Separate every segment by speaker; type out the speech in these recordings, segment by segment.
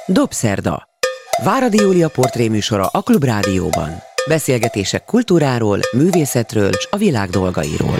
Speaker 1: Dobszerda. Váradi Júlia portréműsora a Klubrádióban. Beszélgetések kultúráról, művészetről és a világ dolgairól.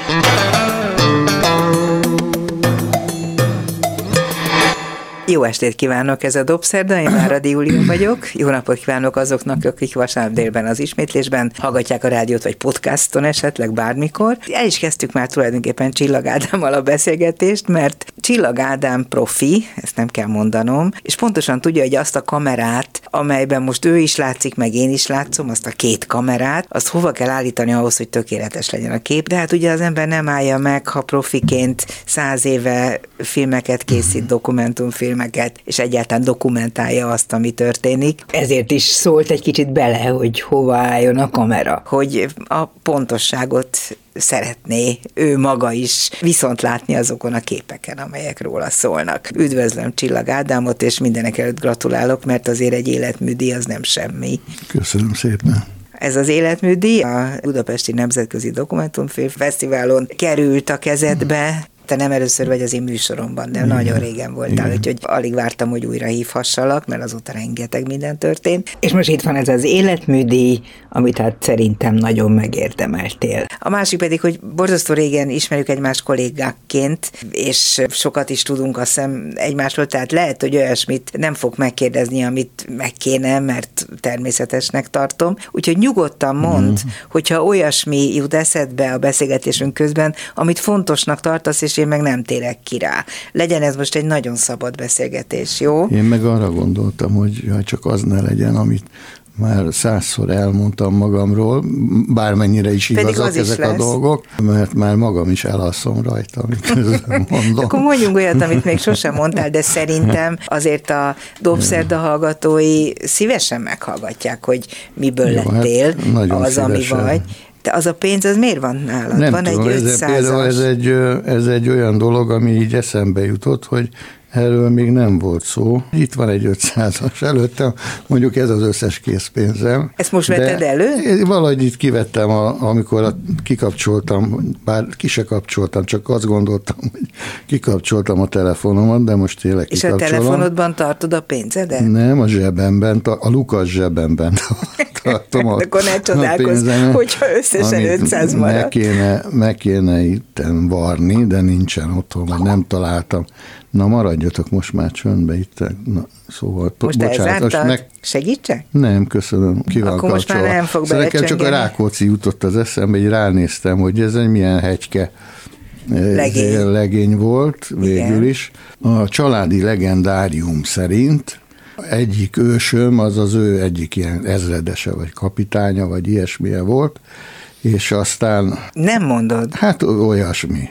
Speaker 2: Jó estét kívánok, ez a Dobszerda, én Váradi Júlia vagyok. Jó napot kívánok azoknak, akik vasárnap délben az ismétlésben hallgatják a rádiót, vagy podcaston esetleg bármikor. El is kezdtük már tulajdonképpen Csillag Ádámmal a beszélgetést, mert Csillag Ádám profi, ezt nem kell mondanom, és pontosan tudja, hogy azt a kamerát, amelyben most ő is látszik, meg én is látszom, azt a két kamerát, azt hova kell állítani ahhoz, hogy tökéletes legyen a kép. De hát ugye az ember nem állja meg, ha profiként 100 éve filmeket készít, dokumentumfilmeket, és egyáltalán dokumentálja azt, ami történik. Ezért is szólt egy kicsit bele, hogy hova álljon a kamera. Hogy a pontosságot szeretné ő maga is viszont látni azokon a képeken, amelyek róla szólnak. Üdvözlöm Csillag Ádámot, és mindenekelőtt gratulálok, mert azért egy életműdíj az nem semmi.
Speaker 3: Köszönöm szépen.
Speaker 2: Ez az életműdíj a Budapesti Nemzetközi Dokumentumfilm Fesztiválon került a kezedbe. Te nem először vagy az én műsoromban, de nagyon régen voltál, úgyhogy alig vártam, hogy újra hívhassalak, mert azóta rengeteg minden történt. És most itt van ez az életműdíj, amit hát szerintem nagyon megérdemeltél. A másik pedig, hogy borzasztó régen ismerjük egymást kollégákként, és sokat is tudunk azt hiszem egymásról, tehát lehet, hogy olyasmit nem fog megkérdezni, amit meg kéne, mert természetesnek tartom. Úgyhogy nyugodtan mondd, hogyha olyasmi jut eszedbe a beszélgetésünk közben, amit fontosnak tartasz, és én meg nem térek ki rá. Legyen ez most egy nagyon szabad beszélgetés, jó?
Speaker 3: Én meg arra gondoltam, hogy csak az ne legyen, amit már 100-szor elmondtam magamról, bármennyire is igazak ezek a dolgok, mert már magam is elalszom rajta, amiközben mondom.
Speaker 2: Akkor mondjunk olyat, amit még sosem mondtál, de szerintem azért a Dobszerda hallgatói szívesen meghallgatják, hogy miből lettél, hát az, ami vagy. De az a pénz, az miért van nálad?
Speaker 3: Nem
Speaker 2: van
Speaker 3: tudom,
Speaker 2: egy 500-as.
Speaker 3: ez egy olyan dolog, ami így eszembe jutott, hogy erről még nem volt szó. Itt van egy 500-as előttem, mondjuk ez az összes készpénzem.
Speaker 2: Ezt most vetted elő?
Speaker 3: Valahogy itt kivettem, amikor kikapcsoltam, bár ki se kapcsoltam, csak azt gondoltam, hogy kikapcsoltam a telefonomat, de most tényleg kikapcsolom.
Speaker 2: És a telefonodban tartod a pénzedet?
Speaker 3: Nem, a zsebemben, a Lukas zsebemben tartom.
Speaker 2: Akkor ne csodálkozz, hogyha összesen 500 marad.
Speaker 3: Meg kéne itten varni, de nincsen otthon, vagy nem találtam. Na, maradjatok most már csöndbe itt. Na, szóval,
Speaker 2: most elzártad? Segítsek?
Speaker 3: Nem, köszönöm.
Speaker 2: Akkor most már nem fog belecsengeni.
Speaker 3: Csak a Rákóczi jutott az eszembe, így ránéztem, hogy ez egy milyen hegyke legény volt, végül is. A családi legendárium szerint egyik ősöm, az ő egyik ilyen ezredese, vagy kapitánya, vagy ilyesmilyen volt, és aztán...
Speaker 2: Nem mondod?
Speaker 3: Hát olyasmi.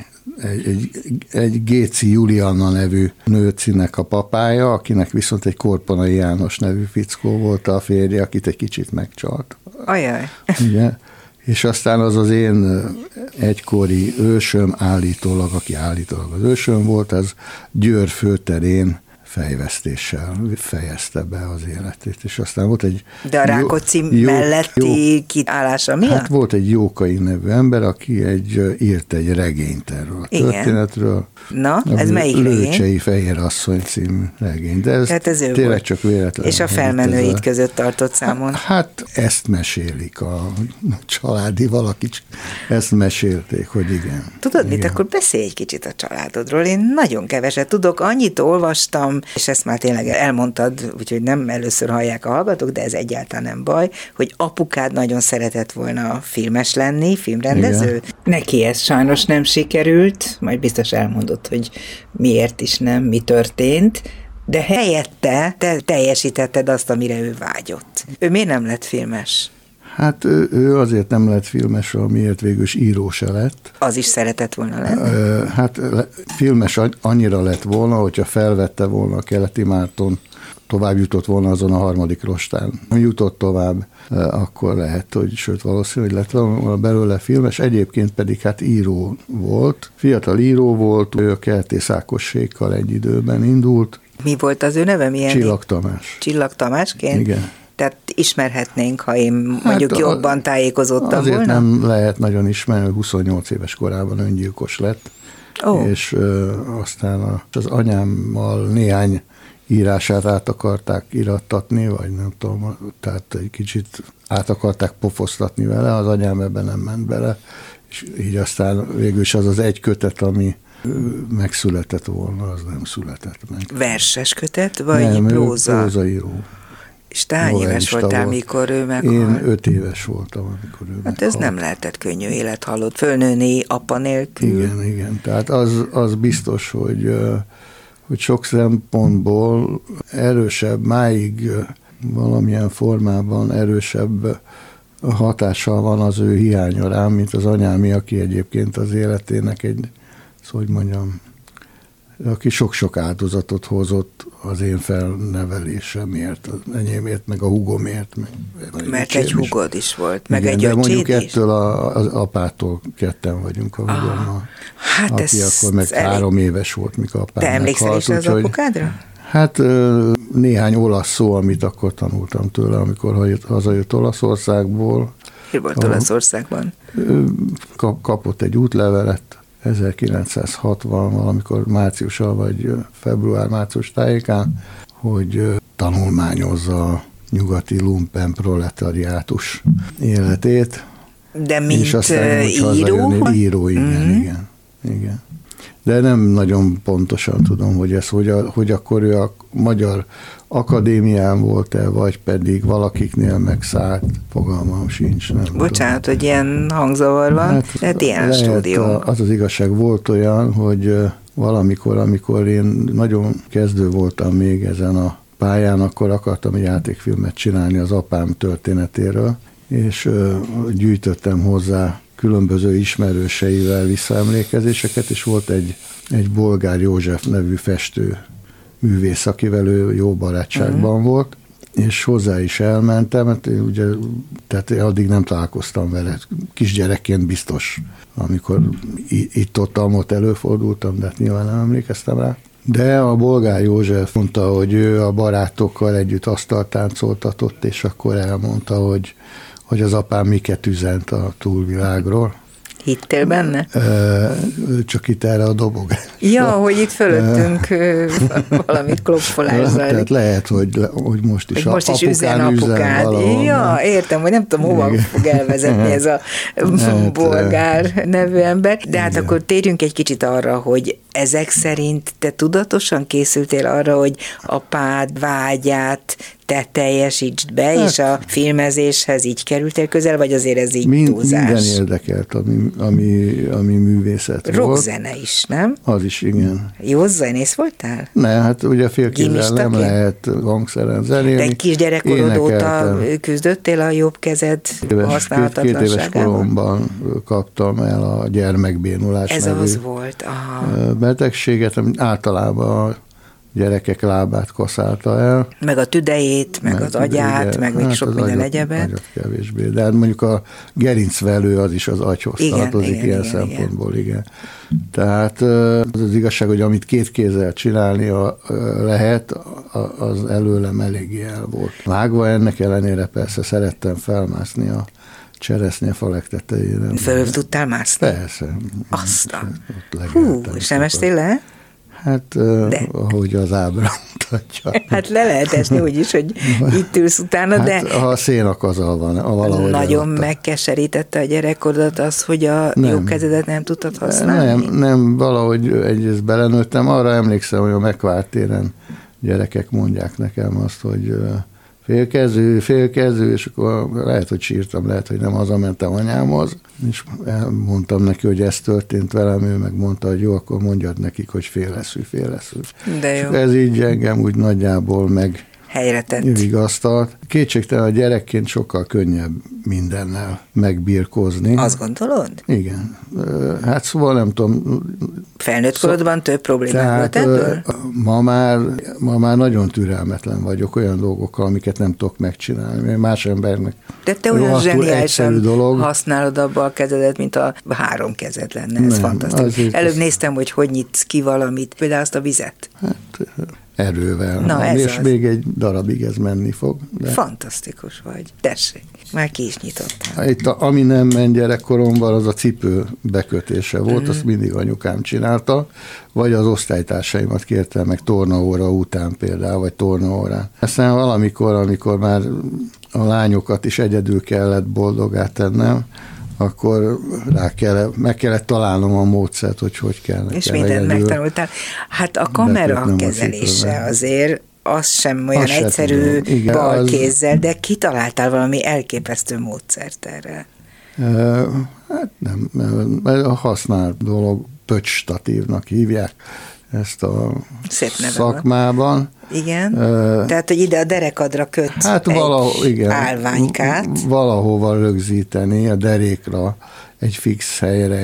Speaker 3: Egy Géci Julianna nevű nőcinek a papája, akinek viszont egy Korponai János nevű fickó volt a férje, akit egy kicsit megcsalt.
Speaker 2: Ajaj.
Speaker 3: Ugye? És aztán az én egykori ősöm állítólag, aki állítólag az ősöm volt, az Győr főterén fejvesztéssel fejezte be az életét. És aztán volt egy...
Speaker 2: De a Rákóczi melletti kiállása miatt?
Speaker 3: Hát volt egy Jókai nevű ember, aki írt egy regényt erről a történetről.
Speaker 2: Na, ez melyik regény?
Speaker 3: Lőcsei Fehér asszony című regény. De ez tényleg csak véletlen.
Speaker 2: És a felmenőid között tartott számon?
Speaker 3: Hát ezt mesélik a családi valaki, ezt mesélték, hogy igen.
Speaker 2: Tudod mit, akkor beszélj egy kicsit a családodról. Én nagyon keveset tudok, annyit olvastam, és ezt már tényleg elmondtad, úgyhogy nem először hallják a hallgatók, de ez egyáltalán nem baj, hogy apukád nagyon szeretett volna filmes lenni, filmrendező. Igen. Neki ez sajnos nem sikerült, majd biztos elmondott, hogy miért is nem, mi történt, de helyette te teljesítetted azt, amire ő vágyott. Ő miért nem lett filmes?
Speaker 3: Hát ő azért nem lett filmes, amiért végül is író se lett.
Speaker 2: Az is szeretett volna lenni?
Speaker 3: Hát filmes annyira lett volna, hogyha felvette volna a Keleti Márton, tovább jutott volna azon a 3. rostán. Jutott tovább, akkor lehet, hogy sőt valószínű, hogy lett volna belőle filmes, egyébként pedig hát író volt, fiatal író volt, ő a Kertész Ákossékkal egy időben indult.
Speaker 2: Mi volt az ő neve? Milyen
Speaker 3: Csillag Tamás.
Speaker 2: Csillag Tamásként?
Speaker 3: Igen.
Speaker 2: Tehát ismerhetnénk, ha én mondjuk jobban tájékozottam
Speaker 3: azért
Speaker 2: volna?
Speaker 3: Nem lehet nagyon ismerni, 28 éves korában öngyilkos lett, és aztán az anyámmal néhány írását át akarták irattatni, vagy nem tudom, tehát egy kicsit át akarták pofosztatni vele, az anyám ebben nem ment bele, és így aztán végül is az egy kötet, ami megszületett volna, az nem született meg.
Speaker 2: Verses kötet, vagy próza?
Speaker 3: Prózaíró.
Speaker 2: És te hány éves voltál, mikor ő meghalt?
Speaker 3: Én 5 éves voltam, amikor ő meghalt.
Speaker 2: Ez nem lehetett könnyű élethalott, fölnőni apa nélkül.
Speaker 3: Igen. Tehát az biztos, hogy sok szempontból erősebb, máig valamilyen formában erősebb hatással van az ő hiánya rám, mint az anyámi, aki egyébként az életének aki sok-sok áldozatot hozott az én felnevelésemért, az enyémért, meg a húgomért.
Speaker 2: Mert egy húgod is volt, meg
Speaker 3: igen,
Speaker 2: egy
Speaker 3: de mondjuk
Speaker 2: öcséd is?
Speaker 3: ettől az apától ketten vagyunk a húgommal,
Speaker 2: hát
Speaker 3: aki akkor meg 3 éves volt, mikor apám meghalt.
Speaker 2: Te emlékszel is az apukádra?
Speaker 3: Hát néhány olasz szó, amit akkor tanultam tőle, amikor hazajött Olaszországból.
Speaker 2: Mi volt Olaszországban?
Speaker 3: Kapott egy útlevelet, 1960 valamikor márciusal vagy február-március tájékán, hogy tanulmányozza a nyugati lumpen proletariátus életét.
Speaker 2: De mint
Speaker 3: és aztán,
Speaker 2: író?
Speaker 3: Író, igen. De nem nagyon pontosan tudom, hogy ez, hogy akkor ő a Magyar Akadémián volt-e, vagy pedig valakiknél megszállt, fogalmam sincs.
Speaker 2: Bocsánat, hogy ilyen hangzavar van, hát ilyen stúdió.
Speaker 3: Az igazság, volt olyan, hogy valamikor, amikor én nagyon kezdő voltam még ezen a pályán, akkor akartam egy játékfilmet csinálni az apám történetéről, és gyűjtöttem hozzá különböző ismerőseivel visszaemlékezéseket, és volt egy Bolgár József nevű festő művész, akivel ő jó barátságban volt, és hozzá is elmentem, tehát addig nem találkoztam vele, kisgyerekként biztos, amikor itt-ott előfordultam, de hát nyilván nem emlékeztem rá. De a Bolgár József mondta, hogy ő a barátokkal együtt asztaltáncoltatott, és akkor elmondta, hogy az apám miket üzent a túlvilágról.
Speaker 2: Hittél benne?
Speaker 3: Csak itt erre a dobog.
Speaker 2: Ja, hogy itt fölöttünk valamit klopfolás zajlik.
Speaker 3: Tehát lehet, hogy most is
Speaker 2: üzen apukád. Ja, értem, hogy nem tudom, hova fog elvezetni ez a Bolgár nevű ember. De hát akkor térjünk egy kicsit arra, hogy ezek szerint te tudatosan készültél arra, hogy apád vágyát te teljesítsd be, és a filmezéshez így kerültél közel, vagy azért ez így túlzás?
Speaker 3: Minden érdekelt, ami művészet volt.
Speaker 2: Rockzene is, nem?
Speaker 3: Az is, igen.
Speaker 2: Jó zenész voltál?
Speaker 3: Ne, hát ugye félkézzel nem lehet hangszeren zenélni.
Speaker 2: De kisgyerekkorod óta küzdöttél a jobb kezed használhatatlanságával?
Speaker 3: 2 éves koromban kaptam el a gyermekbénulás
Speaker 2: ez
Speaker 3: nevű
Speaker 2: az volt,
Speaker 3: betegséget, ami általában a gyerekek lábát kaszálta el.
Speaker 2: Meg a tüdejét, meg az agyát,
Speaker 3: ugye,
Speaker 2: meg még sok minden egyebet.
Speaker 3: Agyat kevésbé. De hát mondjuk a gerincvelő az is az agyhoz tartozik ilyen szempontból, igen. Tehát az igazság, hogy amit 2 kézzel csinálni lehet, az előlem eléggé el volt. Vágva ennek ellenére persze szerettem felmászni a cseresznyefa legtetejére.
Speaker 2: Föl tudtál mászni?
Speaker 3: Persze.
Speaker 2: Aztán. Hú, és nem estél le?
Speaker 3: Hát, ahogy az ábra mutatja.
Speaker 2: Hát le lehet esni úgy is, hogy itt ülsz utána,
Speaker 3: hát,
Speaker 2: de...
Speaker 3: ha a szénakazal van, valahogy...
Speaker 2: Nagyon megkeserítette a gyerekodat az, hogy a jó kezedet nem tudtad használni?
Speaker 3: Nem, valahogy egyrészt belenőttem. Arra emlékszem, hogy a Megvárt téren gyerekek mondják nekem azt, hogy félkező, és akkor lehet, hogy sírtam, lehet, hogy nem, hazamentem anyámhoz, és mondtam neki, hogy ez történt velem, ő meg mondta, hogy jó, akkor mondjad nekik, hogy féleszű.
Speaker 2: De jó.
Speaker 3: És ez így engem úgy nagyjából meg
Speaker 2: helyre tett.
Speaker 3: Vigasztalt. Kétségtelen a gyerekként sokkal könnyebb mindennel megbirkózni.
Speaker 2: Azt gondolod?
Speaker 3: Igen. Hát szóval nem tudom.
Speaker 2: Felnőtt korodban több problémák volt ebből?
Speaker 3: Ma már nagyon türelmetlen vagyok olyan dolgokkal, amiket nem tudok megcsinálni. Más embernek
Speaker 2: de te olyan zseniálisan használod abba a kezedet, mint a 3 kezed lenne. Ez fantasztikus. Előbb néztem, hogy nyitsz ki valamit, például azt a vizet.
Speaker 3: Hát erővel.
Speaker 2: Na,
Speaker 3: és még egy darabig ez menni fog.
Speaker 2: De... Fantasztikus vagy. Tessék, már ki is nyitottam.
Speaker 3: Itt ami nem ment gyerekkoromban, az a cipő bekötése volt, azt mindig anyukám csinálta, vagy az osztálytársaimat kértem meg tornaóra után például, vagy tornaórán. Aztán valamikor, amikor már a lányokat is egyedül kellett boldogá tennem, akkor meg kellett találnom a módszert, hogy kell.
Speaker 2: És mindent megtanultál. Hát a kamera kezelése azért az sem olyan egyszerű balkézzel, de kitaláltál valami elképesztő módszert erre.
Speaker 3: Hát nem, a használt dolog, pöccsstatívnak hívják ezt a szakmában.
Speaker 2: Van. Igen, tehát, hogy ide a derekadra köt állványkát.
Speaker 3: Valahova rögzíteni, a derékra, egy fix helyre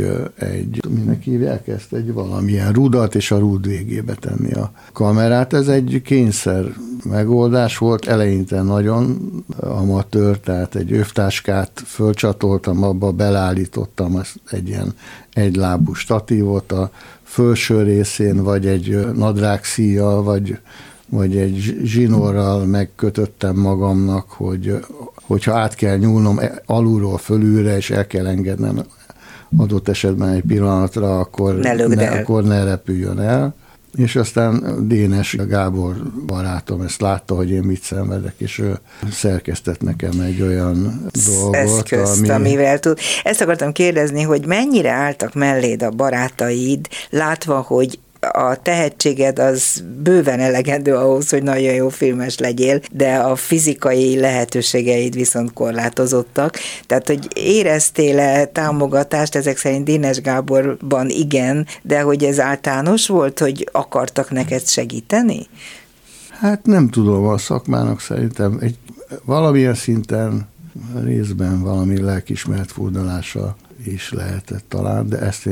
Speaker 3: minek hívják ezt, egy valamilyen rudat, és a rúd végébe tenni a kamerát. Ez egy kényszer megoldás volt, eleinte nagyon amatőr, tehát egy övtáskát fölcsatoltam, abba beleállítottam egy ilyen egylábú statívot, a felső részén, vagy egy nadrágszíjjal, vagy egy zsinórral megkötöttem magamnak, hogyha át kell nyúlnom alulról fölülre, és el kell engednem adott esetben egy pillanatra, akkor ne repüljön el. És aztán Dénes Gábor barátom ezt látta, hogy én mit szenvedek, és ő szerkesztett nekem egy olyan dolgot,
Speaker 2: eszközt, amivel tud. Ezt akartam kérdezni, hogy mennyire álltak melléd a barátaid, látva, hogy a tehetséged az bőven elegendő ahhoz, hogy nagyon jó filmes legyél, de a fizikai lehetőségeid viszont korlátozottak. Tehát, hogy éreztél-e támogatást, ezek szerint Dénes Gáborban igen, de hogy ez általános volt, hogy akartak neked segíteni?
Speaker 3: Hát nem tudom, a szakmának szerintem valamilyen szinten részben valami lelkiismeret furdalása is lehetett talán, de ezt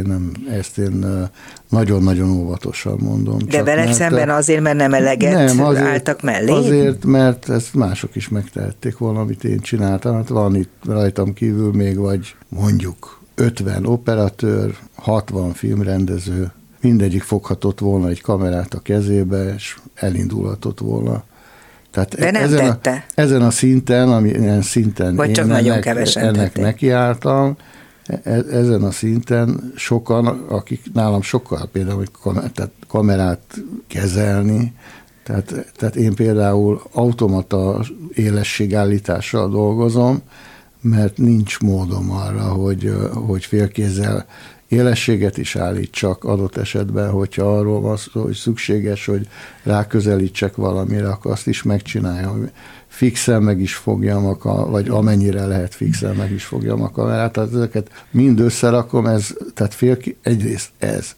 Speaker 3: én nagyon-nagyon óvatosan mondom.
Speaker 2: De veled szemben azért, mert nem eleget álltak mellé?
Speaker 3: Azért, mert ezt mások is megtehették volna, amit én csináltam. Hát van itt rajtam kívül még vagy mondjuk 50 operatőr, 60 filmrendező, mindegyik foghatott volna egy kamerát a kezébe, és elindulhatott volna. Tehát
Speaker 2: de nem tette?
Speaker 3: Ezen a szinten, amilyen szinten
Speaker 2: vagy csak nagyon kevesen
Speaker 3: ennek nekiálltam, ezen a szinten sokan, akik nálam sokkal például kamerát kezelni, tehát én például automata élességállítással dolgozom, mert nincs módom arra, hogy félkézzel élességet is állítsak adott esetben, hogyha arról van szó, hogy szükséges, hogy ráközelítsek valamire, akkor azt is megcsináljam. Fixen meg is fogjam, vagy amennyire lehet fixen meg is fogjam a kamerát. Tehát ezeket mind összerakom, tehát egyrészt ez,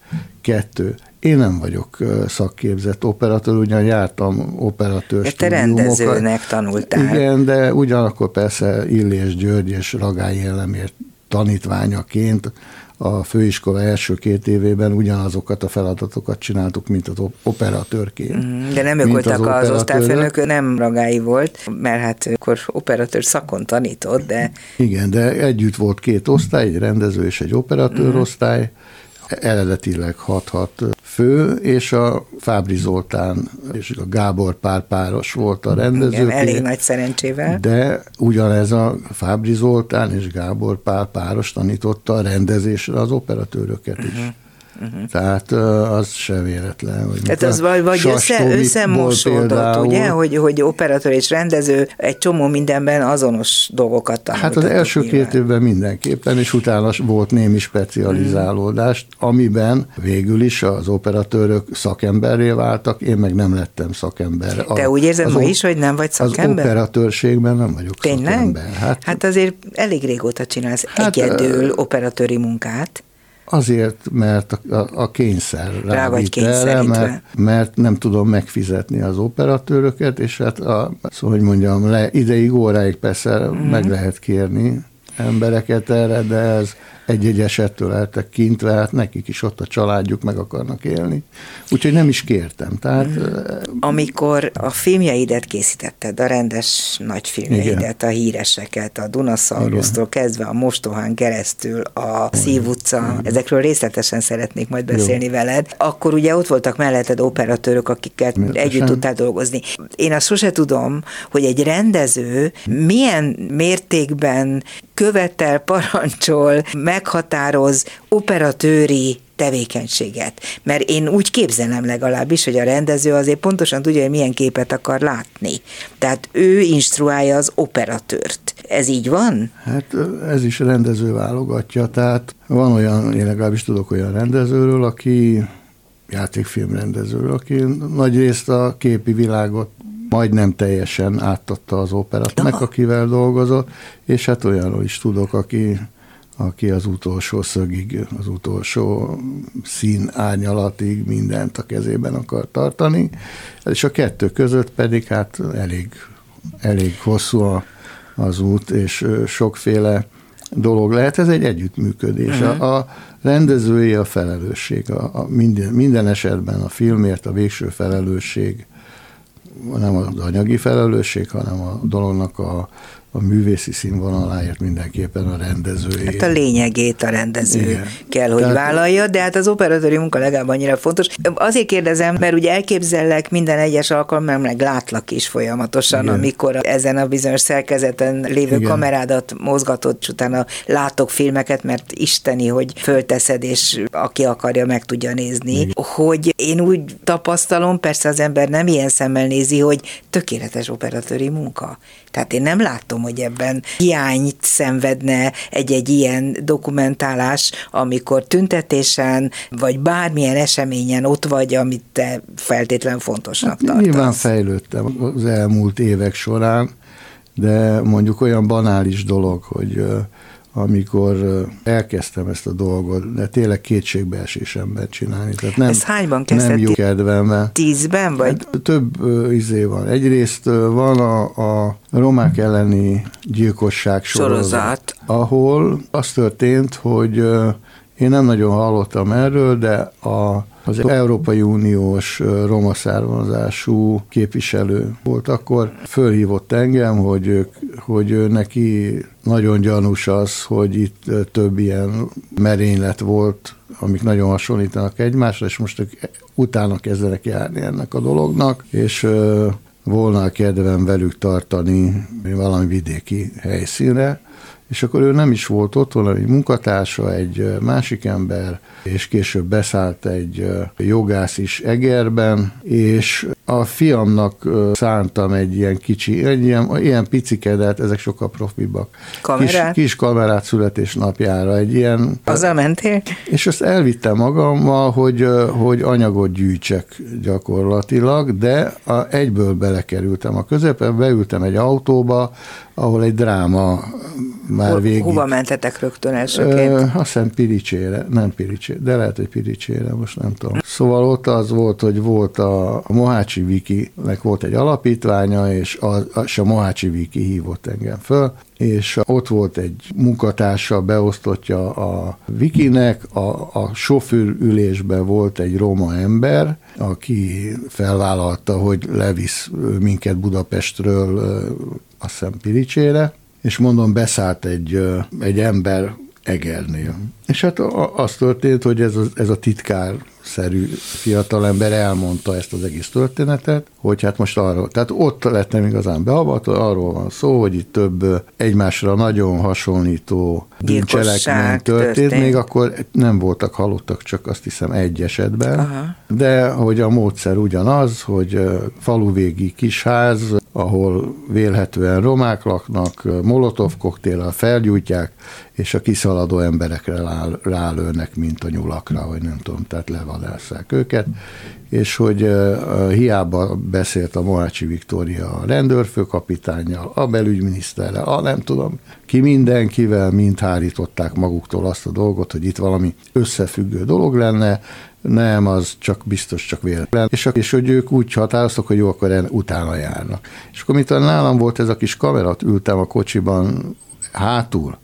Speaker 3: 2. Én nem vagyok szakképzett operatőr, ugyan jártam operatőr stúdiumokat.
Speaker 2: Te rendezőnek tanultál.
Speaker 3: Igen, de ugyanakkor persze Illés György és Ragályi Elemér tanítványaként a főiskola első 2 évében ugyanazokat a feladatokat csináltuk, mint az operatőrként.
Speaker 2: De nem ők voltak az osztályfőnök, nem Ragályi volt, mert hát akkor operatőr szakon tanított, de...
Speaker 3: Igen, de együtt volt 2 osztály, egy rendező és egy operatőrosztály, eredetileg 6-6 fő, és a Fábri Zoltán és a Gábor Pál páros volt a rendező.
Speaker 2: Igen, elég nagy szerencsével.
Speaker 3: De ugyanez a Fábri Zoltán és Gábor Pál páros tanította a rendezésre az operatőröket is. Tehát az se véletlen.
Speaker 2: Tehát az vagy összemosódott, ugye, hogy operatőr és rendező egy csomó mindenben azonos dolgokat tanultatok.
Speaker 3: Hát az első 2 évben mindenképpen, és utána volt némi specializálódás, amiben végül is az operatőrök szakemberré váltak, én meg nem lettem szakember.
Speaker 2: Te úgy érzed ma is, hogy nem vagy szakember?
Speaker 3: Az operatőrségben nem vagyok szakember.
Speaker 2: Hát azért elég régóta csinálsz egyedül operatőri munkát.
Speaker 3: Azért, mert a kényszer rá vagy erre, mert nem tudom megfizetni az operatőröket, és hát, szóval, hogy mondjam, ideig, óráig persze meg lehet kérni embereket erre, de ez egy-egy esettől eltek kintve, hát nekik is ott a családjuk, meg akarnak élni. Úgyhogy nem is kértem. Tehát,
Speaker 2: amikor a filmjeidet készítetted, a rendes nagyfilmjeidet, igen, a híreseket, a Dunaszaurusztól kezdve a Mostohán keresztül, a Szív utca, ezekről részletesen szeretnék majd beszélni veled, akkor ugye ott voltak melletted operatőrök, akikkel együtt tudtál dolgozni. Én azt sose tudom, hogy egy rendező milyen mértékben követel, parancsol, meghatároz operatőri tevékenységet. Mert én úgy képzelem legalábbis, hogy a rendező azért pontosan tudja, hogy milyen képet akar látni. Tehát ő instruálja az operatőrt. Ez így van?
Speaker 3: Hát ez is rendező válogatja, tehát van olyan, én legalábbis tudok olyan rendezőről, aki játékfilmrendezőről, aki nagyrészt a képi világot majdnem teljesen átadta az operatőrnek, akivel dolgozott, és hát olyanról is tudok, aki az utolsó szögig, az utolsó szín árnyalatig mindent a kezében akar tartani, és a kettő között pedig hát elég hosszú az út, és sokféle dolog lehet. Ez egy együttműködés. A rendezői a felelősség, minden esetben a filmért a végső felelősség, nem az anyagi felelősség, hanem a dolognak a művészi színvonaláért mindenképpen a rendezője.
Speaker 2: Hát a lényegét a rendező kell, hogy vállalja, de hát az operatőri munka legalább annyira fontos. Azért kérdezem, mert ugye elképzellek minden egyes alkalommal, meg látlak is folyamatosan, igen, amikor ezen a bizonyos szerkezeten lévő, igen, kamerádat mozgatod, és utána látok filmeket, mert isteni, hogy fölteszed, és aki akarja, meg tudja nézni, igen, hogy én úgy tapasztalom, persze az ember nem ilyen szemmel nézi, hogy tökéletes operatőri munka. Tehát én nem látom, hogy ebben hiányt szenvedne egy ilyen dokumentálás, amikor tüntetésen, vagy bármilyen eseményen ott vagy, amit te feltétlenül fontosnak tartasz.
Speaker 3: Nyilván fejlődtem az elmúlt évek során, de mondjuk olyan banális dolog, hogy amikor elkezdtem ezt a dolgot, de tényleg kétségbeesésemben csinálni. Tehát nem,
Speaker 2: ezt hányban kezdted?
Speaker 3: Nem jó kedvemmel.
Speaker 2: 10-ben vagy?
Speaker 3: Hát több izé van. Egyrészt van a romák elleni gyilkosság sorozat, ahol az történt, hogy én nem nagyon hallottam erről, de az Európai Uniós roma származású képviselő volt akkor, fölhívott engem, hogy neki nagyon gyanús az, hogy itt több ilyen merénylet volt, amik nagyon hasonlítanak egymásra, és most ők utána kezdenek járni ennek a dolognak, és volna a kedvem velük tartani valami vidéki helyszínre, és akkor ő nem is volt ott, valami munkatársa, egy másik ember, és később beszállt egy jogász is Egerben, és a fiamnak szántam egy ilyen kicsi, ilyen picikedet, ezek sokkal profibbak. Kis kamerát születésnapjára, egy ilyen...
Speaker 2: Azzal mentél?
Speaker 3: És azt elvittem magammal, hogy anyagot gyűjtsek gyakorlatilag, de egyből belekerültem a közepén, beültem egy autóba, ahol egy dráma már végig.
Speaker 2: Hova mentetek rögtön elsőként?
Speaker 3: Azt hiszem Piricsére, nem Piricsére, de lehet, hogy Piricsére, most nem tudom. Szóval ott az volt, hogy volt a Mohácsi Vikinek volt egy alapítványa, és a Mohácsi Viki hívott engem föl, és ott volt egy munkatársa, beosztottja a Vikinek, a sofőrülésben volt egy roma ember, aki felvállalta, hogy levisz minket Budapestről, azt hiszem Piricsére, és mondom, beszállt egy ember Egernél. És hát az történt, hogy ez a titkárszerű fiatalember elmondta ezt az egész történetet, hogy hát most arról, tehát ott lettem igazán beavatva, arról van szó, hogy itt több egymásra nagyon hasonlító bűncselekmény történt, még akkor nem voltak halottak, csak azt hiszem egy esetben, aha, de hogy a módszer ugyanaz, hogy faluvégi kisház, ahol vélhetően romák laknak, molotov koktéllal felgyújtják, és a kiszaladó emberekre rálőnek, mint a nyulakra, vagy nem tudom, tehát levadásszák őket, és hogy hiába beszélt a Mohácsi Viktória a rendőrfőkapitánnyal, a belügyminiszterrel, nem tudom, mindenkivel mind hárították maguktól azt a dolgot, hogy itt valami összefüggő dolog lenne, nem, az biztos csak véletlen. És hogy ők úgy határoztak, hogy jó, akkor utána járnak. És akkor nálam volt ez a kis kamera, ültem a kocsiban hátul,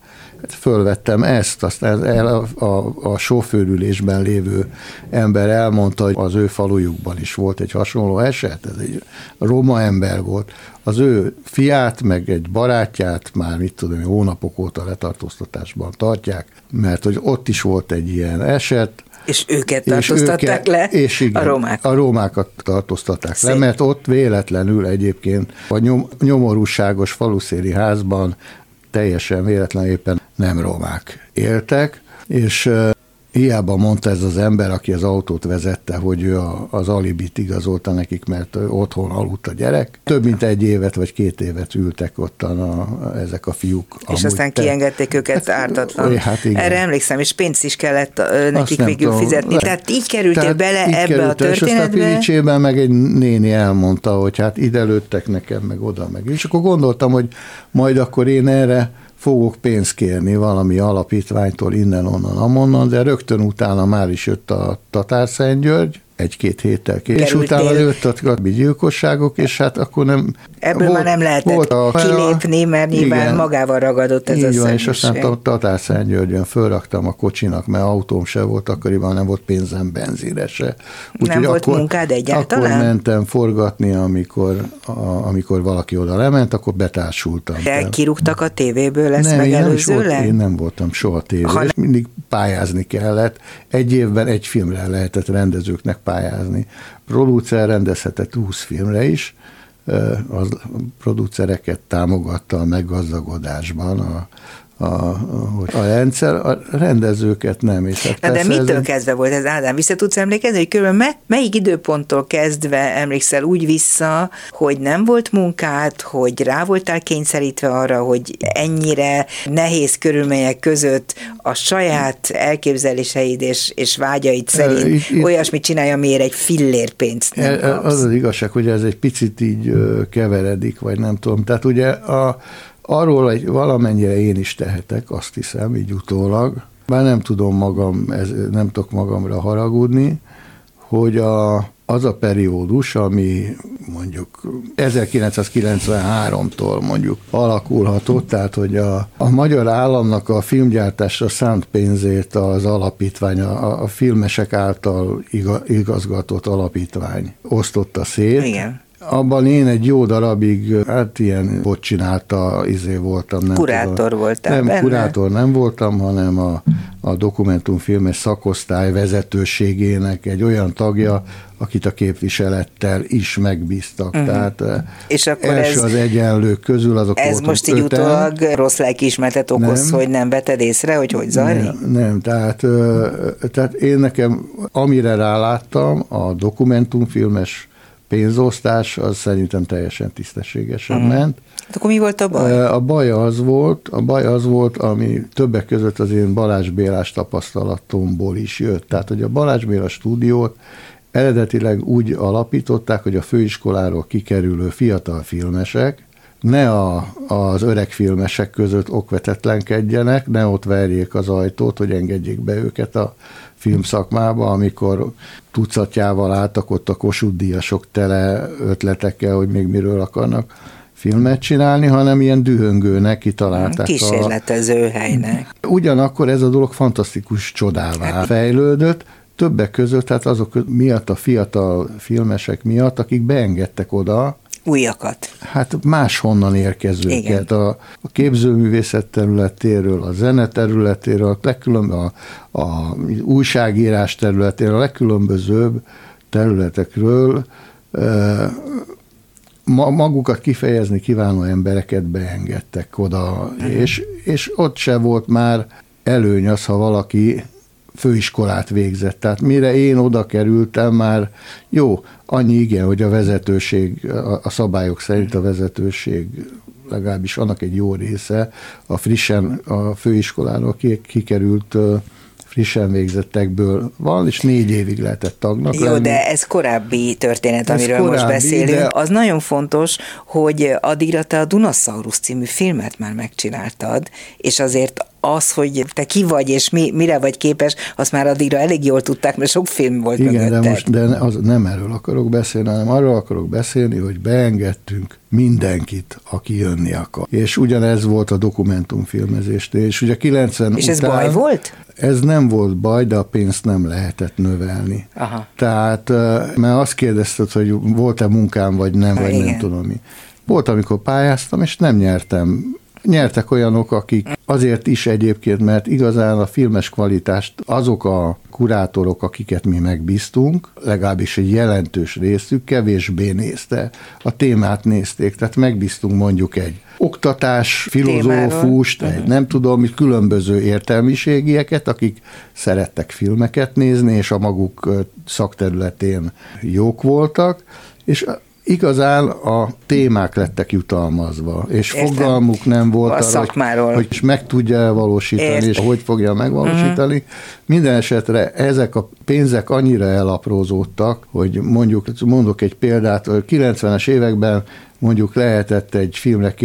Speaker 3: Fölvettem ezt, aztán a sofőrülésben lévő ember elmondta, hogy az ő falujukban is volt egy hasonló eset, ez egy roma ember volt. Az ő fiát, meg egy barátját már, mit tudom, hónapok óta letartóztatásban tartják, mert hogy ott is volt egy ilyen eset.
Speaker 2: És őket tartóztatták le,
Speaker 3: és igen,
Speaker 2: a romák.
Speaker 3: A romákat tartóztatták le, mert ott véletlenül egyébként a nyomorúságos faluszéli házban teljesen véletlenül éppen nem romák éltek, és hiába mondta ez az ember, aki az autót vezette, hogy ő az alibit igazolta nekik, mert otthon aludt a gyerek. Több mint 1 évet vagy 2 évet ültek ottan ezek a fiúk.
Speaker 2: És aztán kiengedték őket ártatlan.
Speaker 3: Hát
Speaker 2: erre emlékszem, és pénzt is kellett nekik végül fizetni. Tehát így kerültél bele ebbe a történetbe. És aztán
Speaker 3: Pilicsében meg egy néni elmondta, hogy hát ide lőttek nekem, meg oda, meg. És akkor gondoltam, hogy majd akkor én erre fogok pénzt kérni valami alapítványtól innen, onnan, amonnan, de rögtön utána már is jött a Tatárszentgyörgy, 1-2 héttel később, és utána jött a gyilkosságok, és hát akkor nem...
Speaker 2: Ebből már nem lehetett kilépni, mert nyilván igen, magával ragadott ez a szörnyűség.
Speaker 3: És aztán Tatárszentgyörgyön fölraktam a kocsinak, mert autóm se volt, akkoriban nem volt pénzem benzínre se.
Speaker 2: Nem volt munkád egyáltalán?
Speaker 3: Akkor mentem forgatni, amikor valaki oda lement, akkor betársultam.
Speaker 2: De kirúgtak a tévéből ezt megelőzőleg?
Speaker 3: Én nem voltam soha tévében, mindig pályázni kellett. 1 évben 1 filmre lehetett rendezőknek pályázni. Producer rendezhetett 20 filmre is, az producereket támogatta a meggazdagodásban a rendszer, a rendezőket nem. És hát
Speaker 2: de mitől kezdve volt ez, Ádám? Vissza tudsz emlékezni, hogy körülbelül melyik időponttól kezdve emlékszel úgy vissza, hogy nem volt munkád, hogy rá voltál kényszerítve arra, hogy ennyire nehéz körülmények között a saját elképzeléseid és vágyaid szerint olyasmit csinálj, amiért egy fillér pénzt nem kapsz.
Speaker 3: Az igazság, hogy ez egy picit így keveredik, vagy nem tudom. Tehát ugye arról, hogy valamennyire én is tehetek, azt hiszem, így utólag, már nem tudok magamra haragudni, hogy az a periódus, ami mondjuk 1993-tól mondjuk alakulhatott, tehát hogy a magyar államnak a filmgyártásra szánt pénzét az alapítvány, a filmesek által igazgatott alapítvány osztotta szét.
Speaker 2: Igen.
Speaker 3: Abban én egy jó darabig, hát ilyen ott csinálta, voltam. Nem
Speaker 2: kurátor
Speaker 3: tudom,
Speaker 2: voltál
Speaker 3: nem,
Speaker 2: benne?
Speaker 3: Kurátor nem voltam, hanem a dokumentumfilmes szakosztály vezetőségének egy olyan tagja, akit a képviselettel is megbíztak. Tehát
Speaker 2: és akkor
Speaker 3: első az egyenlők közül azok
Speaker 2: ez most így utólag rossz lelkiismeretet okoz, hogy nem veted észre, hogy zajlik?
Speaker 3: Nem, tehát én nekem, amire ráláttam, a dokumentumfilmes pénzosztás, az szerintem teljesen tisztességesen ment.
Speaker 2: Hát akkor mi volt a baj?
Speaker 3: A baj az volt, ami többek között az én Balázs Bélás tapasztalatomból is jött. Tehát, hogy a Balázs Béla stúdiót eredetileg úgy alapították, hogy a főiskoláról kikerülő fiatal filmesek ne az öreg filmesek között okvetetlenkedjenek, ne ott verjék az ajtót, hogy engedjék be őket a filmszakmába, amikor tucatjával álltak ott a Kossuth-díjasok tele ötletekkel, hogy még miről akarnak filmet csinálni, hanem ilyen dühöngőnek kitalálták.
Speaker 2: Kísérletező helynek.
Speaker 3: Ugyanakkor ez a dolog fantasztikus csodává fejlődött, többek között, hát azok miatt, a fiatal filmesek miatt, akik beengedtek oda
Speaker 2: újakat.
Speaker 3: Hát máshonnan érkezőket. A képzőművészet területéről, a zene területéről, a újságírás területéről, a legkülönbözőbb területekről magukat kifejezni kívánó embereket beengedtek oda, és ott se volt már előny az, ha valaki főiskolát végzett. Tehát mire én oda kerültem, már jó, annyi igen, hogy a vezetőség, a szabályok szerint a vezetőség, legalábbis annak egy jó része, a főiskoláról kikerült frissen végzettekből van, és 4 évig lehetett tagnak
Speaker 2: lenni. Jó, de ez korábbi történet, amiről most beszélünk. Az nagyon fontos, hogy addigra te a Dunasaurus című filmet már megcsináltad, és azért az, hogy te ki vagy, és mire vagy képes, azt már addigra elég jól tudták, mert sok film volt
Speaker 3: igen,
Speaker 2: mögötted.
Speaker 3: de az nem erről akarok beszélni, hanem arról akarok beszélni, hogy beengedtünk mindenkit, aki jönni akar. És ugyanez volt a dokumentumfilmezésnél, és ugye 90
Speaker 2: És ez
Speaker 3: után,
Speaker 2: baj volt?
Speaker 3: Ez nem volt baj, de a pénzt nem lehetett növelni.
Speaker 2: Aha.
Speaker 3: Tehát, mert azt kérdezted, hogy volt-e munkám, vagy nem, vagy
Speaker 2: igen.
Speaker 3: nem tudom mi. Volt, amikor pályáztam, és nem nyertem. Nyertek olyanok, akik azért is egyébként, mert igazán a filmes kvalitást azok a kurátorok, akiket mi megbíztunk, legalábbis egy jelentős részük kevésbé nézte. A témát nézték, tehát megbíztunk mondjuk egy oktatás, filozófust, egy nem tudom, különböző értelmiségieket, akik szerettek filmeket nézni, és a maguk szakterületén jók voltak, és igazán a témák lettek jutalmazva, és értem. Fogalmuk nem volt arra, hogy meg tudja valósítani, és hogy fogja megvalósítani. Minden esetre ezek a pénzek annyira elaprózódtak, hogy mondok egy példát, 90-es években mondjuk lehetett egy filmre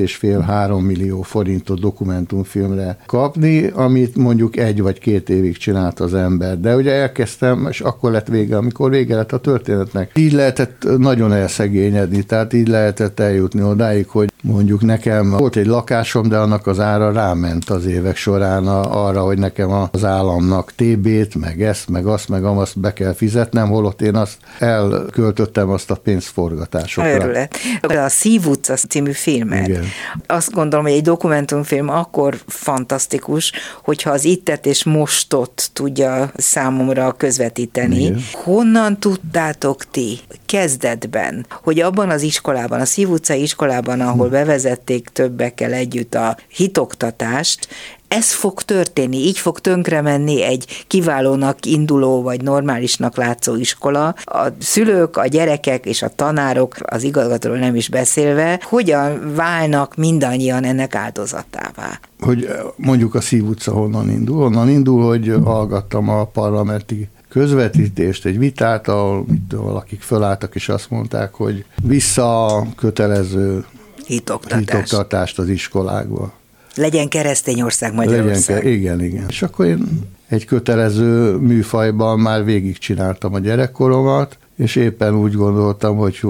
Speaker 3: 2,5-3 millió forintot dokumentumfilmre kapni, amit mondjuk 1 vagy 2 évig csinált az ember. De ugye elkezdtem, és akkor lett vége, amikor vége lett a történetnek. Így lehetett nagyon elszegényedni, tehát így lehetett eljutni odáig, hogy mondjuk nekem volt egy lakásom, de annak az ára ráment az évek során arra, hogy nekem az államnak TB-t, meg ezt, meg azt, meg azt be kell fizetnem, holott én azt elköltöttem azt a pénzt forgatásokra.
Speaker 2: Örület. A Szív utca című filmet. Igen. Azt gondolom, hogy egy dokumentumfilm akkor fantasztikus, hogyha az ittet és mostot tudja számomra közvetíteni. Igen. Honnan tudtátok ti kezdetben, hogy abban az iskolában, a Szív utcai iskolában, ahol bevezették többekkel együtt a hitoktatást, ez fog történni, így fog tönkre menni egy kiválónak induló vagy normálisnak látszó iskola. A szülők, a gyerekek és a tanárok, az igazgatóról nem is beszélve, hogyan válnak mindannyian ennek áldozatává?
Speaker 3: Hogy mondjuk a Szív utca honnan indul? Honnan indul, hogy hallgattam a parlamenti közvetítést, egy vitát, ahol valakik fölálltak és azt mondták, hogy vissza a kötelező hitoktatást az iskolákba.
Speaker 2: Legyen keresztény ország Magyarország.
Speaker 3: Igen. És akkor én egy kötelező műfajban már végigcsináltam a gyerekkoromat, és éppen úgy gondoltam, hogy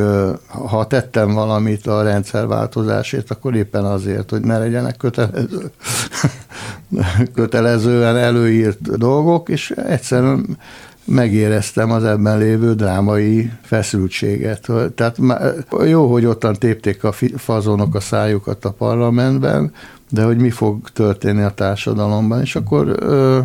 Speaker 3: ha tettem valamit a rendszerváltozásért, akkor éppen azért, hogy ne legyenek kötelezően előírt dolgok, és egyszerűen megéreztem az ebben lévő drámai feszültséget. Tehát jó, hogy ottan tépték a fazonok a szájukat a parlamentben, de hogy mi fog történni a társadalomban, és akkor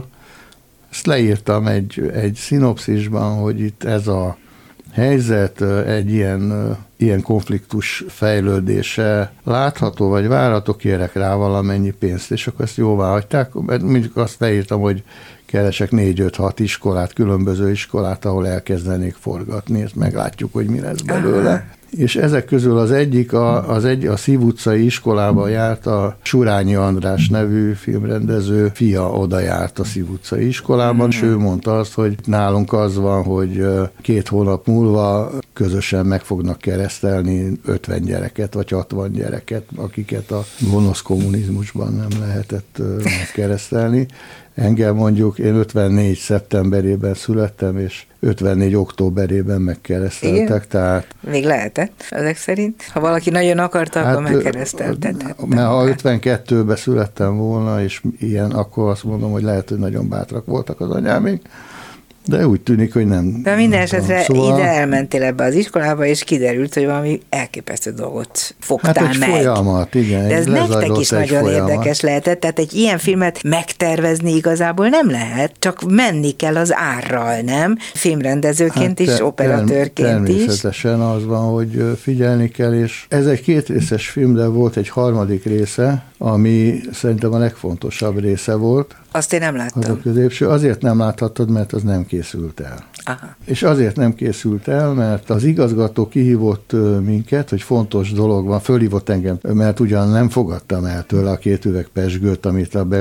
Speaker 3: ezt leírtam egy szinopszisban, hogy itt ez a helyzet egy ilyen konfliktus fejlődése látható, vagy várható, kérek rá valamennyi pénzt, és akkor ezt jóvá hagyták, mert mondjuk azt leírtam, hogy keresek 4-5-6 iskolát, különböző iskolát, ahol elkezdenék forgatni, és meglátjuk, hogy mi lesz belőle. És ezek közül az egyik, a Szív utcai iskolában járt a Surányi András nevű filmrendező fia, oda járt a Szív utcai iskolában, és ő mondta azt, hogy nálunk az van, hogy 2 hónap múlva közösen meg fognak keresztelni 50 gyereket, vagy 60 gyereket, akiket a gonosz kommunizmusban nem lehetett megkeresztelni. Engem mondjuk, én 54 szeptemberében születtem, és 54 októberében megkereszteltek, tehát...
Speaker 2: Még lehetett, ezek szerint? Ha valaki nagyon akarta, akkor megkereszteltetett.
Speaker 3: Mert ha 52-ben születtem volna, és ilyen, akkor azt mondom, hogy lehet, hogy nagyon bátrak voltak az anyámék, de úgy tűnik, hogy nem.
Speaker 2: De minden esetre ide elmentél ebbe az iskolába, és kiderült, hogy valami elképesztő dolgot fogtál
Speaker 3: egy
Speaker 2: meg.
Speaker 3: Folyamat, igen.
Speaker 2: De ez nektek is nagyon érdekes lehetett, tehát egy ilyen filmet megtervezni igazából nem lehet, csak menni kell az árral, nem? Filmrendezőként is, operatőrként is.
Speaker 3: Természetesen az van, hogy figyelni kell, és ez egy 2 részes film, de volt egy 3. része, ami szerintem a legfontosabb része volt.
Speaker 2: Azt én nem láttam.
Speaker 3: Az a középső. Azért nem láthattad, mert az nem készült el.
Speaker 2: Aha.
Speaker 3: És azért nem készült el, mert az igazgató kihívott minket, hogy fontos dolog van, fölhívott engem, mert ugyan nem fogadtam el tőle a 2 üveg pezsgőt, amit a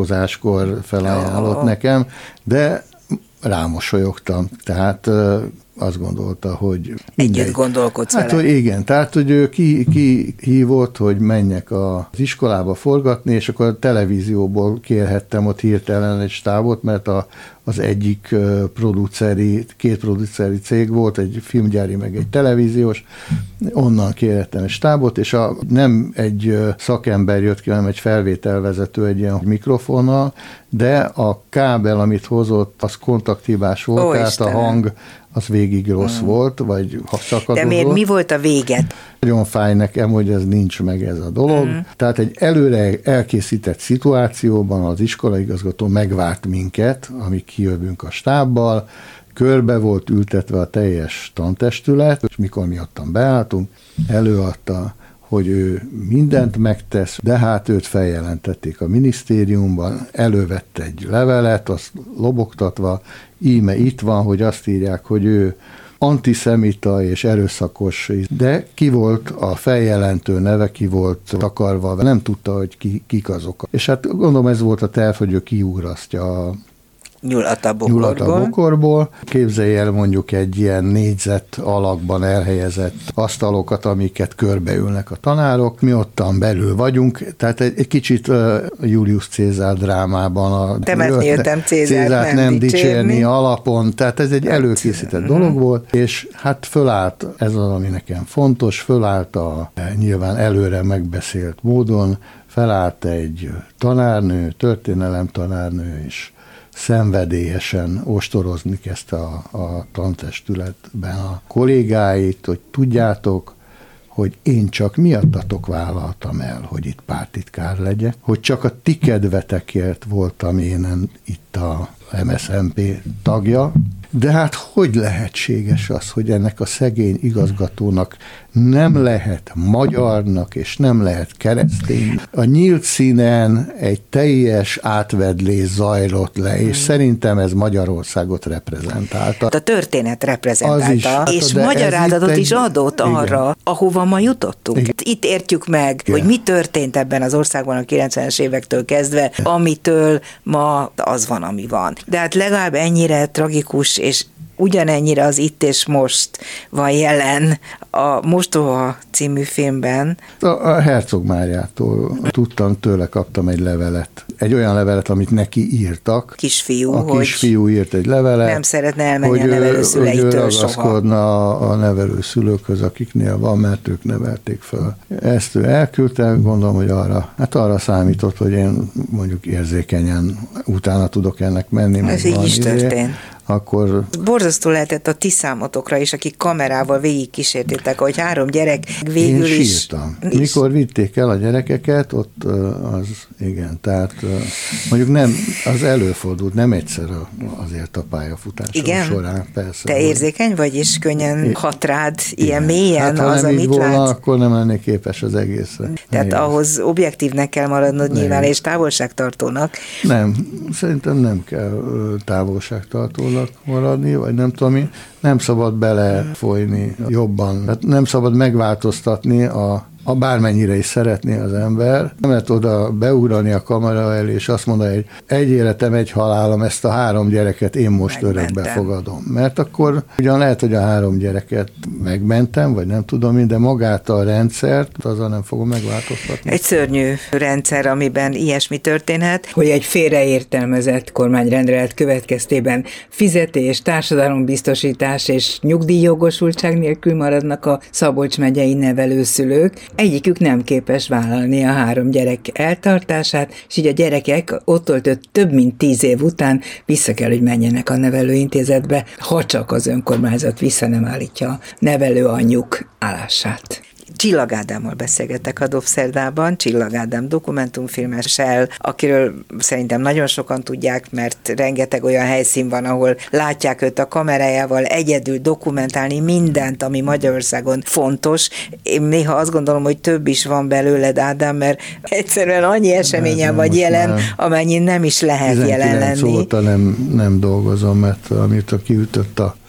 Speaker 3: bemutatkozáskor felajánlott nekem, de rámosolyogtam. Tehát azt gondolta, hogy...
Speaker 2: Együtt gondolkodsz
Speaker 3: hát,
Speaker 2: vele.
Speaker 3: hogy igen, tehát, hogy ő hívott, hogy menjek az iskolába forgatni, és akkor a televízióból kérhettem ott hirtelen egy stábot, mert az egyik két produceri cég volt, egy filmgyári, meg egy televíziós, onnan kérhettem egy stábot, és nem egy szakember jött ki, hanem egy felvételvezető egy ilyen mikrofonnal, de a kábel, amit hozott, az kontakthibás volt, tehát Istenem. A hang az végig rossz volt, vagy szakadozó.
Speaker 2: De miért mi volt a véget?
Speaker 3: Nagyon fáj nekem, hogy ez nincs meg ez a dolog. Tehát egy előre elkészített szituációban az iskolaigazgató megvárt minket, amíg kijövünk a stábbal, körbe volt ültetve a teljes tantestület, és mikor mi ottan beálltunk, előadta, hogy ő mindent megtesz, de hát őt feljelentették a minisztériumban, elővette egy levelet, azt lobogtatva, íme itt van, hogy azt írják, hogy ő antiszemita és erőszakos, de ki volt a feljelentő neve, ki volt takarva, nem tudta, hogy kik azok. És hát gondolom ez volt a terv, hogy ő kiúrasztja a nyulat a bokorból. Képzelj el mondjuk egy ilyen négyzet alakban elhelyezett asztalokat, amiket körbeülnek a tanárok. Mi ottan belül vagyunk, tehát egy kicsit Julius Cézár drámában
Speaker 2: jöttem Cézárt
Speaker 3: nem dicsérni alapon, tehát ez egy előkészített dolog volt, és hát fölállt, ez az, ami nekem fontos, fölállt a nyilván előre megbeszélt módon, felállt egy tanárnő, történelem tanárnő is, szenvedélyesen ostorozni kezdte a tantestületben a kollégáit, hogy tudjátok, hogy én csak miattatok vállaltam el, hogy itt pártitkár legyek, hogy csak a ti kedvetekért voltam én itt a MSZNP tagja, de hát hogy lehetséges az, hogy ennek a szegény igazgatónak nem lehet magyarnak, és nem lehet keresztény. A nyílt színen egy teljes átvedlés zajlott le, és szerintem ez Magyarországot reprezentálta.
Speaker 2: A történet reprezentálta, és magyarázatot is adott arra, igen, ahova ma jutottunk. Igen. Itt értjük meg, igen, hogy mi történt ebben az országban a 90-es évektől kezdve, amitől ma az van, ami van. De hát legalább ennyire tragikus, és ugyanennyire az Itt és Most van jelen a Mostoha című filmben.
Speaker 3: A Herzog Máriától tudtam, tőle kaptam egy levelet. Egy olyan levelet, amit neki írtak.
Speaker 2: Kisfiú,
Speaker 3: a kisfiú írt egy levelet.
Speaker 2: Nem szeretne elmenni a nevelőszüleitől soha.
Speaker 3: Hogy ő ragaszkodna a nevelőszülőkhöz, akiknél van, mert ők nevelték föl. Ezt ő elküldte, gondolom, hogy arra számított, hogy én mondjuk érzékenyen utána tudok ennek menni.
Speaker 2: Ez így is történt.
Speaker 3: Akkor...
Speaker 2: Borzasztó lehetett a ti számotokra is, akik kamerával végig kísértétek, hogy 3 gyerek végül
Speaker 3: is... Én sírtam. Mikor vitték el a gyerekeket, ott az, igen, tehát mondjuk nem, az előfordult, nem egyszer azért a pályafutásom során, persze.
Speaker 2: Te érzékeny vagy, és könnyen hat rád ilyen mélyen
Speaker 3: hát,
Speaker 2: az, amit
Speaker 3: volna, akkor nem lennék képes az egészre.
Speaker 2: Tehát ahhoz objektívnek kell maradnod nyilván, és távolságtartónak.
Speaker 3: Nem, szerintem nem kell távolságtartónak maradni, vagy nem tudom, nem szabad belefolyni jobban. Hát nem szabad megváltoztatni a bármennyire is szeretné az ember, nem lehet oda beugrani a kamera elé, és azt mondani, hogy egy életem, egy halálom, ezt a 3 gyereket én most örökbe fogadom. Mert akkor ugyan lehet, hogy a 3 gyereket megmentem, vagy nem tudom, de magát a rendszert, azzal nem fogom megváltoztatni.
Speaker 2: Egy szörnyű rendszer, amiben ilyesmi történhet, hogy egy félreértelmezett kormányrendelet következtében fizetés, társadalombiztosítás és nyugdíjjogosultság nélkül maradnak a Szabolcs megyei nevelőszülők. Egyikük nem képes vállalni a 3 gyerek eltartását, és így a gyerekek ott töltött több mint 10 év után vissza kell, hogy menjenek a nevelőintézetbe, ha csak az önkormányzat vissza nem állítja a nevelőanyjuk állását. Csillag Ádámmal beszélgettek a Dobszerdában, Csillag Ádám dokumentumfilmessel, akiről szerintem nagyon sokan tudják, mert rengeteg olyan helyszín van, ahol látják őt a kamerájával egyedül dokumentálni mindent, ami Magyarországon fontos. Én néha azt gondolom, hogy több is van belőled, Ádám, mert egyszerűen annyi eseményen vagy jelen, amennyi nem is lehet jelen lenni.
Speaker 3: 19 óta nem dolgozom, mert amit kiütött a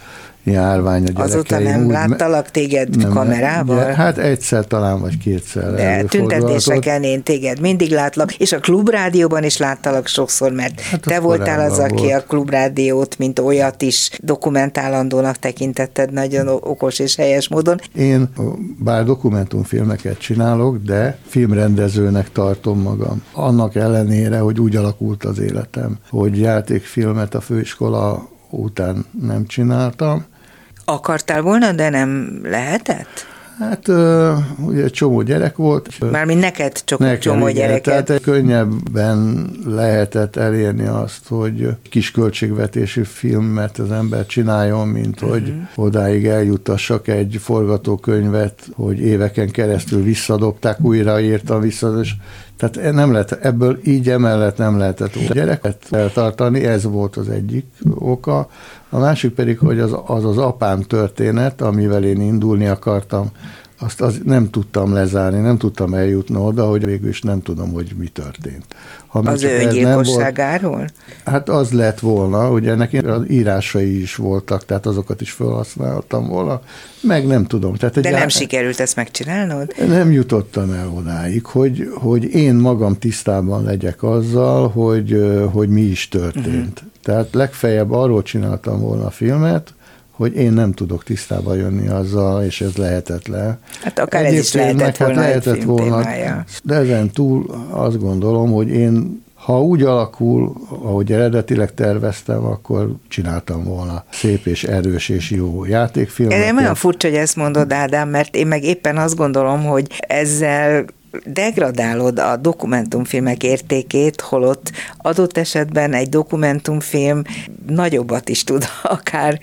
Speaker 3: járvány a gyerekeim.
Speaker 2: Azóta nem láttalak téged kamerával?
Speaker 3: Hát egyszer talán, vagy kétszer.
Speaker 2: De tüntetéseken én téged mindig látlak, és a Klubrádióban is láttalak sokszor, mert hát te voltál az, aki a Klubrádiót, mint olyat is dokumentálandónak tekintetted nagyon okos és helyes módon.
Speaker 3: Én bár dokumentumfilmeket csinálok, de filmrendezőnek tartom magam. Annak ellenére, hogy úgy alakult az életem, hogy játékfilmet a főiskola után nem csináltam.
Speaker 2: Akartál volna, de nem lehetett?
Speaker 3: Hát ugye egy csomó gyerek volt.
Speaker 2: Mármint neked csak csomó gyereket.
Speaker 3: Tehát könnyebben lehetett elérni azt, hogy kis költségvetési filmet az ember csináljon, mint hogy odáig eljutassak egy forgatókönyvet, hogy éveken keresztül visszadobták, újraírtam vissza, és tehát nem lehet, ebből így emellett nem lehetett a gyereket eltartani, ez volt az egyik oka. A másik pedig, hogy az apám történet, amivel én indulni akartam, azt nem tudtam lezárni, nem tudtam eljutni oda, hogy végül is nem tudom, hogy mi történt.
Speaker 2: Az ő öngyilkosságáról?
Speaker 3: Hát az lett volna, ugye neki az írásai is voltak, tehát azokat is felhasználtam volna, meg nem tudom. Tehát
Speaker 2: de nem sikerült ezt megcsinálnod?
Speaker 3: Nem jutottam el odáig, hogy én magam tisztában legyek azzal, hogy mi is történt. Tehát legfeljebb arról csináltam volna a filmet, hogy én nem tudok tisztába jönni azzal, és ez lehetetlen.
Speaker 2: Hát akár ez is lehetett volna
Speaker 3: de ezen túl azt gondolom, hogy én, ha úgy alakul, ahogy eredetileg terveztem, akkor csináltam volna szép és erős és jó játékfilmet.
Speaker 2: Ez olyan furcsa, hogy ezt mondod, Ádám, mert én meg éppen azt gondolom, hogy ezzel degradálod a dokumentumfilmek értékét, holott adott esetben egy dokumentumfilm nagyobbat is tud akár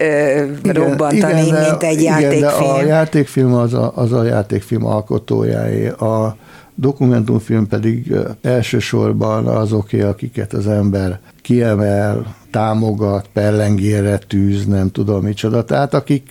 Speaker 2: robbantani, mint egy játékfilm.
Speaker 3: De a játékfilm az a játékfilm alkotójáé, a dokumentumfilm pedig elsősorban azoké, akiket az ember kiemel, támogat, pellengére tűz, nem tudom micsoda. Tehát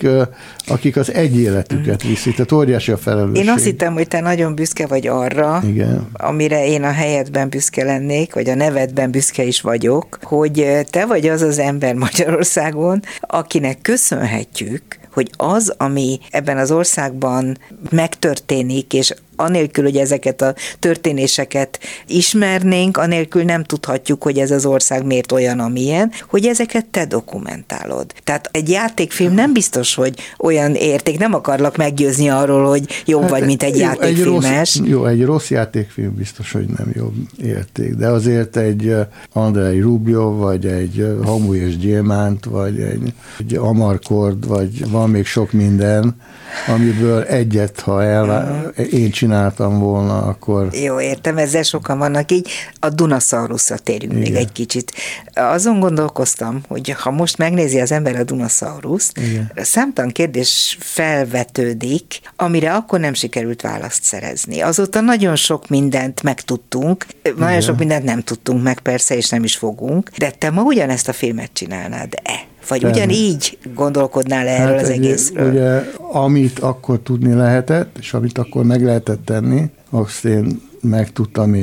Speaker 3: akik az egy életüket viszi, tehát óriási a felelősség.
Speaker 2: Én azt hittem, hogy te nagyon büszke vagy arra,
Speaker 3: igen,
Speaker 2: amire én a helyedben büszke lennék, vagy a nevedben büszke is vagyok, hogy te vagy az az ember Magyarországon, akinek köszönhetjük, hogy az, ami ebben az országban megtörténik, és anélkül, hogy ezeket a történéseket ismernénk, anélkül nem tudhatjuk, hogy ez az ország miért olyan, amilyen, hogy ezeket te dokumentálod. Tehát egy játékfilm nem biztos, hogy olyan érték, nem akarlak meggyőzni arról, hogy jobb vagy, mint egy játékfilmes.
Speaker 3: Egy rossz játékfilm biztos, hogy nem jobb érték, de azért egy Andrei Rublev, vagy egy Hamu és Gyémánt, vagy egy Amarkord, vagy van még sok minden, amiből egyet, ha én csináltam volna, akkor...
Speaker 2: Jó, értem, ezzel sokan vannak így. A Dunasaurusra térjünk még egy kicsit. Azon gondolkoztam, hogy ha most megnézi az ember a Dunasaurust, számtalan kérdés felvetődik, amire akkor nem sikerült választ szerezni. Azóta nagyon sok mindent megtudtunk, nagyon sok mindent nem tudtunk meg persze, és nem is fogunk, de te ma ugyanezt a filmet csinálnád-e? Vagy ugyanígy gondolkodnál erről az egészről?
Speaker 3: Ugye, amit akkor tudni lehetett, és amit akkor meg lehetett tenni, azt én megtudtam,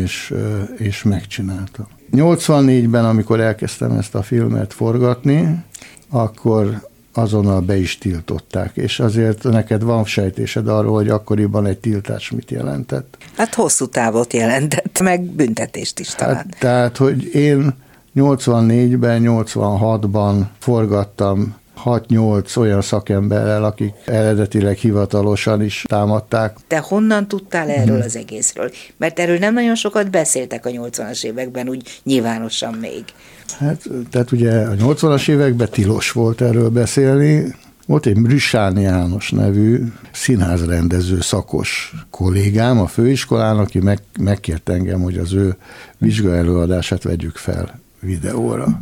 Speaker 3: és megcsináltam. 84-ben, amikor elkezdtem ezt a filmet forgatni, akkor azonnal be is tiltották, és azért neked van sejtésed arról, hogy akkoriban egy tiltás mit jelentett?
Speaker 2: Hát hosszú távot jelentett, meg büntetést is talán. Hát,
Speaker 3: tehát, hogy én 84-ben, 86-ban forgattam 6-8 olyan szakemberrel, akik eredetileg hivatalosan is támadták.
Speaker 2: Te honnan tudtál erről az egészről? Mert erről nem nagyon sokat beszéltek a 80-as években, úgy nyilvánosan még.
Speaker 3: Hát, tehát ugye a 80-as években tilos volt erről beszélni. Volt egy Brüssáni János nevű színházrendező szakos kollégám a főiskolán, aki megkért engem, hogy az ő vizsgaelőadását vegyük fel videóra.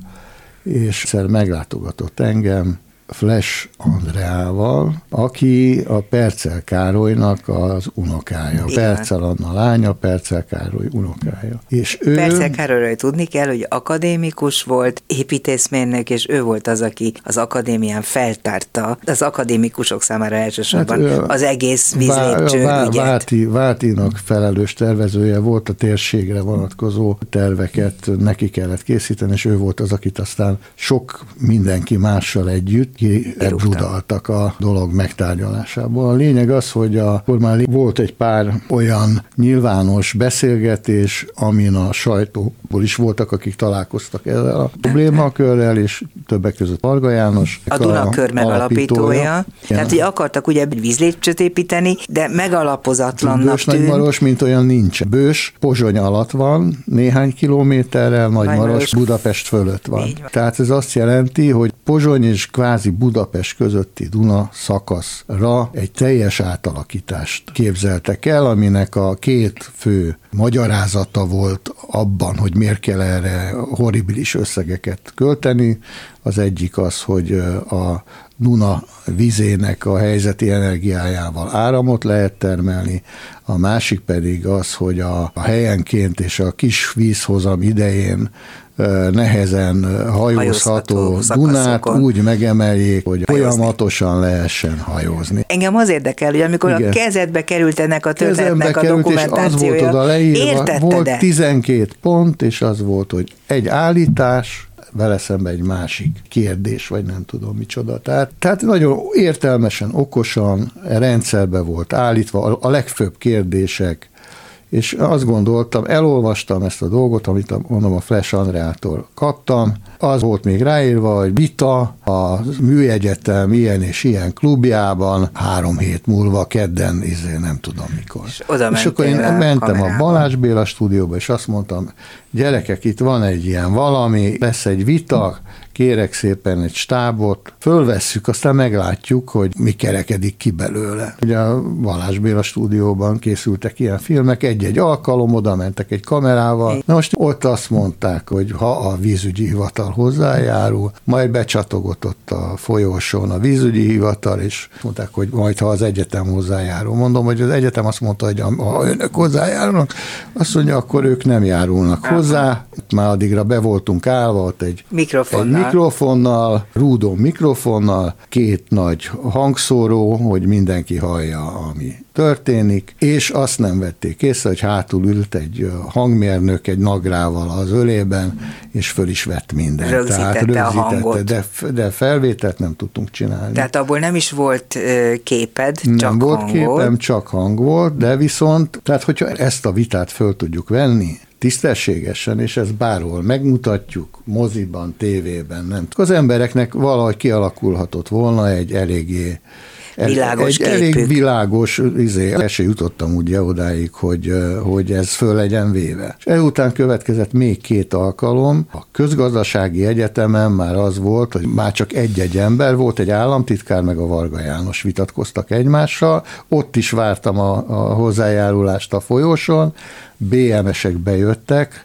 Speaker 3: És egyszer meglátogatott engem Flash Andreával, aki a Percel Károlynak az unokája. Igen. Percel Anna lánya, Percel Károly unokája. És
Speaker 2: Percel Károlyról tudni kell, hogy akadémikus volt, építészmérnök, és ő volt az, aki az akadémián feltárta az akadémikusok számára elsősorban az egész vízlépcső ügyet.
Speaker 3: Vátinak felelős tervezője volt, a térségre vonatkozó terveket neki kellett készíteni, és ő volt az, akit aztán sok mindenki mással együtt kibrudaltak a dolog megtárgyalásából. A lényeg az, hogy akkor már volt egy pár olyan nyilvános beszélgetés, amin a sajtóból is voltak, akik találkoztak ezzel a problémakörrel, és többek között Varga János.
Speaker 2: A Dunakör megalapítója. Tehát, hogy akartak ugye vízlépcsőt építeni, de megalapozatlannak tűnt.
Speaker 3: Nagymaros, mint olyan nincs. Bős Pozsony alatt van, néhány kilométerrel, Nagymaros Budapest fölött van. Tehát ez azt jelenti, hogy Pozsony és kvázi Budapest közötti Duna szakaszra egy teljes átalakítást képzeltek el, aminek a két fő magyarázata volt abban, hogy miért kell erre horribilis összegeket költeni. Az egyik az, hogy a Duna vizének a helyzeti energiájával áramot lehet termelni, a másik pedig az, hogy a helyenként és a kis vízhozam idején nehezen hajózható Dunát úgy megemeljék, hogy folyamatosan lehessen hajózni.
Speaker 2: Engem az érdekel, hogy amikor a kezedbe került ennek a történetnek a dokumentációja,
Speaker 3: az volt oda leírva, volt 12 pont, és az volt, hogy egy állítás, vele szemben egy másik kérdés, vagy nem tudom micsoda. Tehát nagyon értelmesen, okosan rendszerbe volt állítva a legfőbb kérdések, és azt gondoltam, elolvastam ezt a dolgot, amit mondom a Flash Andreától kaptam, az volt még ráírva, hogy vita a műegyetem ilyen és ilyen klubjában 3 hét múlva, kedden, nem tudom mikor. És akkor én mentem a Balázs Béla stúdióba, és azt mondtam, gyerekek, itt van egy ilyen valami, lesz egy vita, kérek szépen egy stábot, fölvesszük, aztán meglátjuk, hogy mi kerekedik ki belőle. Ugye a Balázs Béla stúdióban készültek ilyen filmek, egy-egy alkalom, oda mentek egy kamerával. Na most ott azt mondták, hogy ha a vízügyi hivatal hozzájárul, majd becsatogott ott a folyosón a vízügyi hivatal, és mondták, hogy majd ha az egyetem hozzájárul. Mondom, hogy az egyetem azt mondta, hogy ha önök hozzájárulnak, azt mondja, akkor ők nem járulnak hozzá. Már addigra be voltunk állva, ott egy mikrofonnal, rúdó mikrofonnal, 2 nagy hangszóró, hogy mindenki hallja, ami történik, és azt nem vették észre, hogy hátul ült egy hangmérnök egy nagrával az ölében, és föl is vett mindent.
Speaker 2: Rögzítette a hangot.
Speaker 3: De felvételt nem tudtunk csinálni.
Speaker 2: Tehát abból nem is volt képed,
Speaker 3: nem
Speaker 2: csak
Speaker 3: volt
Speaker 2: hang
Speaker 3: képem,
Speaker 2: volt.
Speaker 3: csak hang volt, de viszont, tehát hogyha ezt a vitát föl tudjuk venni, tisztességesen, és ezt bárhol megmutatjuk, moziban, tévében, nem. Az embereknek valahogy kialakulhatott volna egy eléggé elég világos, el se jutottam ugye odáig, hogy ez föl legyen véve. És ezután következett még 2 alkalom. A közgazdasági egyetemen már az volt, hogy már csak egy ember volt, egy államtitkár meg a Varga János vitatkoztak egymással. Ott is vártam a hozzájárulást a folyosón. BM-esek bejöttek,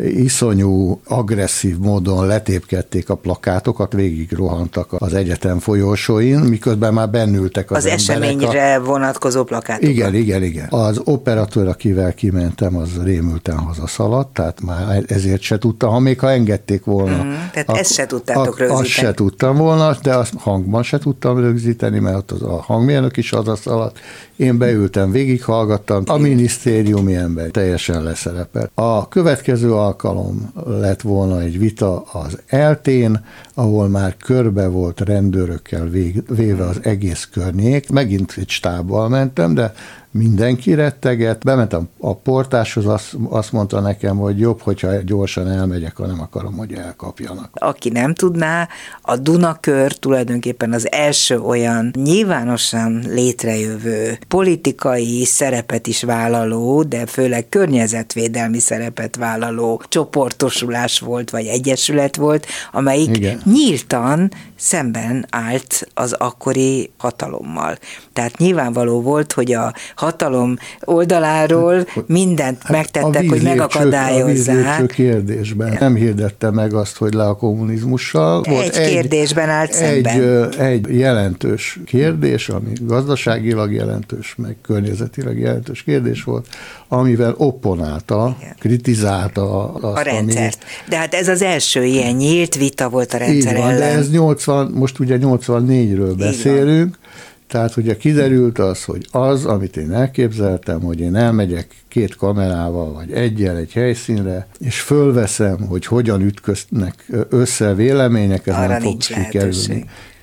Speaker 3: iszonyú, agresszív módon letépkedték a plakátokat, végig rohantak az egyetem folyosóin, miközben már bennültek az emberek.
Speaker 2: Eseményre vonatkozó plakátokat.
Speaker 3: Igen. Az operatőr, akivel kimentem, az rémülten hazaszaladt, tehát már ezért se tudta, még ha engedték volna.
Speaker 2: Tehát ezt se tudtátok rögzíteni.
Speaker 3: Azt se tudtam volna, de azt hangban se tudtam rögzíteni, mert ott a hangmérnök is hazaszaladt. Én beültem, végighallgattam, a minisztériumi ember teljesen leszerepelt. A következő alkalom lett volna egy vita az eltén, ahol már körbe volt rendőrökkel véve az egész környék. Megint egy stábbal mentem, de mindenki retteget. Bementem a portáshoz, azt mondta nekem, hogy jobb, hogyha gyorsan elmegyek, ha nem akarom, hogy elkapjanak.
Speaker 2: Aki nem tudná, a Dunakör tulajdonképpen az első olyan nyilvánosan létrejövő politikai szerepet is vállaló, de főleg környezetvédelmi szerepet vállaló csoportosulás volt, vagy egyesület volt, amelyik nyíltan szemben állt az akkori hatalommal. Tehát nyilvánvaló volt, hogy a hatalom oldaláról mindent megtettek, hogy megakadályozzák.
Speaker 3: A kérdésben nem hirdette meg azt, hogy le a kommunizmussal.
Speaker 2: Volt egy kérdésben állt szemben.
Speaker 3: Egy jelentős kérdés, ami gazdaságilag jelentős, meg környezetileg jelentős kérdés volt, amivel opponálta, kritizálta azt,
Speaker 2: a rendszert. De hát ez az első ilyen nyílt vita volt a rendszer ellen.
Speaker 3: De ez most ugye 84-ről beszélünk, tehát ugye kiderült az, hogy az, amit én elképzeltem, hogy én elmegyek 2 kamerával, vagy egyel egy helyszínre, és fölveszem, hogy hogyan ütköznek össze vélemények, ez
Speaker 2: arra
Speaker 3: nem fog sikerülni.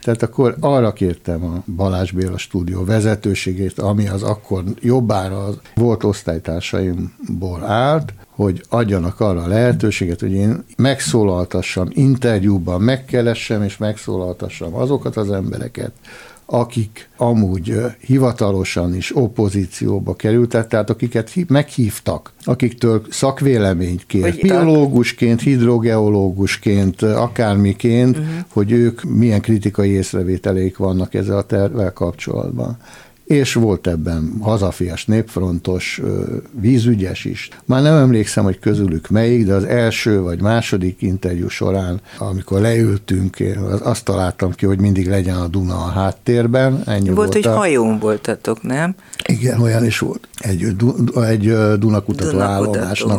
Speaker 3: Tehát akkor arra kértem a Balázs Béla stúdió vezetőségét, ami az akkor jobbára volt osztálytársaimból állt, hogy adjanak arra a lehetőséget, hogy én megszólaltassam interjúban, megkeressem és megszólaltassam azokat az embereket, akik amúgy hivatalosan is opozícióba kerültek, tehát akiket meghívtak, akiktől szakvéleményt kér, biológusként, hidrogeológusként, akármiként, hogy ők milyen kritikai észrevételeik vannak ezzel a tervvel kapcsolatban. És volt ebben hazafias, népfrontos, vízügyes is. Már nem emlékszem, hogy közülük melyik, de az első vagy második interjú során, amikor leültünk, én azt találtam ki, hogy mindig legyen a Duna a háttérben. Ennyi
Speaker 2: volt, hogy hajón voltatok, nem?
Speaker 3: Igen, olyan is volt. Egy Dunakutató állomásnak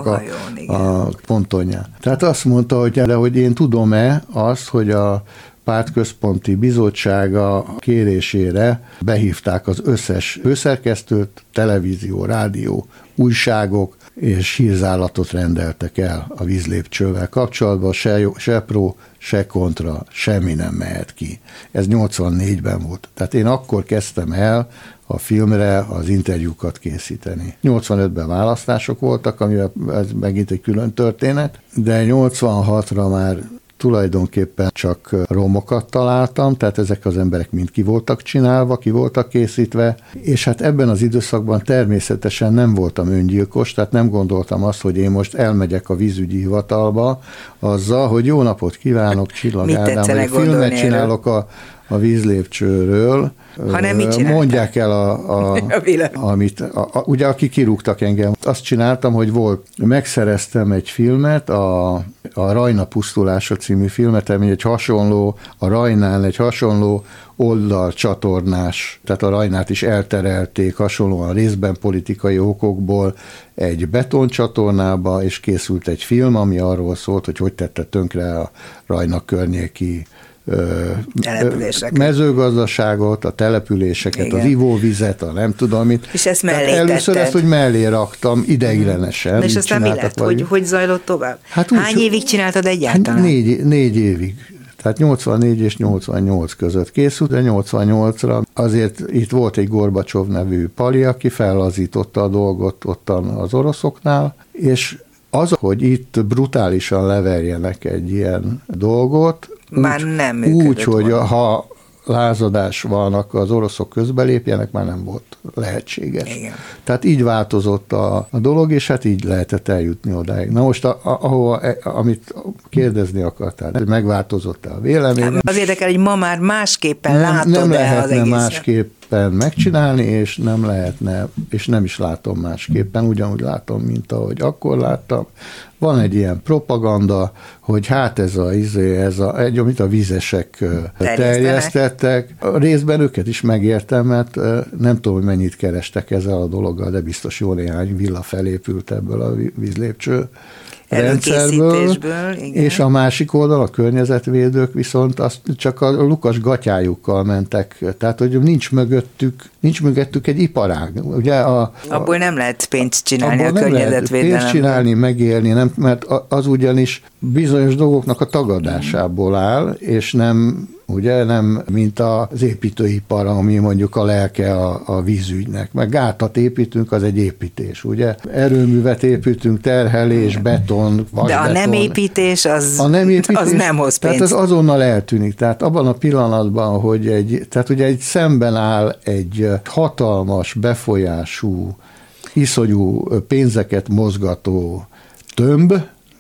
Speaker 3: a pontonján. Tehát azt mondta, hogy én tudom-e azt, hogy a Pártközponti Bizottsága kérésére behívták az összes főszerkesztőt, televízió, rádió, újságok, és hírzálatot rendeltek el a vízlépcsővel kapcsolatban, se pro, se kontra, semmi nem mehet ki. Ez 84-ben volt. Tehát én akkor kezdtem el a filmre az interjúkat készíteni. 85-ben választások voltak, amivel ez megint egy külön történet, de 86-ra már tulajdonképpen csak romokat találtam, tehát ezek az emberek mind ki voltak csinálva, ki voltak készítve, és hát ebben az időszakban természetesen nem voltam öngyilkos, tehát nem gondoltam azt, hogy én most elmegyek a vízügyi hivatalba azzal, hogy jó napot kívánok, Csillag Ádám, hogy filmet csinálok a vízlépcsőről.
Speaker 2: Hanem mit csináltál?
Speaker 3: Mondják el amit, ugye akik kirúgtak engem. Azt csináltam, hogy megszereztem egy filmet, a Rajna pusztulása című filmet, ami egy hasonló, a Rajnán egy hasonló oldalcsatornás, tehát a Rajnát is elterelték hasonlóan részben politikai okokból egy betoncsatornába, és készült egy film, ami arról szólt, hogy tette tönkre a Rajna környéki mezőgazdaságot, a településeket, igen, az ivóvizet, a nem tudom mit.
Speaker 2: És ezt mellé
Speaker 3: először ezt, hogy mellé raktam ideiglenesen.
Speaker 2: És aztán mi lett? Hogy zajlott tovább?
Speaker 3: Hát
Speaker 2: hány évig csináltad egyáltalán?
Speaker 3: Hát 4 évig. Tehát 84 és 88 között készült, de 88-ra azért itt volt egy Gorbacsov nevű pali, aki fellazította a dolgot ottan az oroszoknál, és az, hogy itt brutálisan leverjenek egy ilyen dolgot,
Speaker 2: már nem működött
Speaker 3: úgy, hogy ha lázadás van, akkor az oroszok közbelépjenek, már nem volt lehetséges.
Speaker 2: Igen.
Speaker 3: Tehát így változott a dolog, és hát így lehetett eljutni odáig. Na most, amit kérdezni akartál, megváltozott-e a vélemény?
Speaker 2: Az érdekel, hogy ma már másképpen látod
Speaker 3: nem lehetne
Speaker 2: az egészet.
Speaker 3: Másképpen megcsinálni, és nem lehetne, és nem is látom másképpen, ugyanúgy látom, mint ahogy akkor láttam. Van egy ilyen propaganda, hogy hát amit a vízesek terjesztettek. Részben őket is megértem, mert nem tudom, hogy mennyit kerestek ezzel a dologgal, de biztos jó néhány villa felépült ebből a vízlépcső rendszerből, és a másik oldal, a környezetvédők viszont azt csak a lukas gatyájukkal mentek, tehát hogy nincs mögöttük egy iparág. Ugye
Speaker 2: abból nem lehet pénzt csinálni a környezetvédelemben.
Speaker 3: Pénzt csinálni, megélni, nem, mert az ugyanis bizonyos dolgoknak a tagadásából áll, és nem, ugye, nem mint az építőipar, ami mondjuk a lelke a vízügynek. Meg gátat építünk, az egy építés, ugye? Erőművet építünk, terhelés, beton, vasbeton.
Speaker 2: De a nem építés, az nem hoz pénzt.
Speaker 3: Tehát az azonnal eltűnik. Tehát abban a pillanatban, hogy egy szemben áll egy hatalmas, befolyású, iszonyú pénzeket mozgató tömb,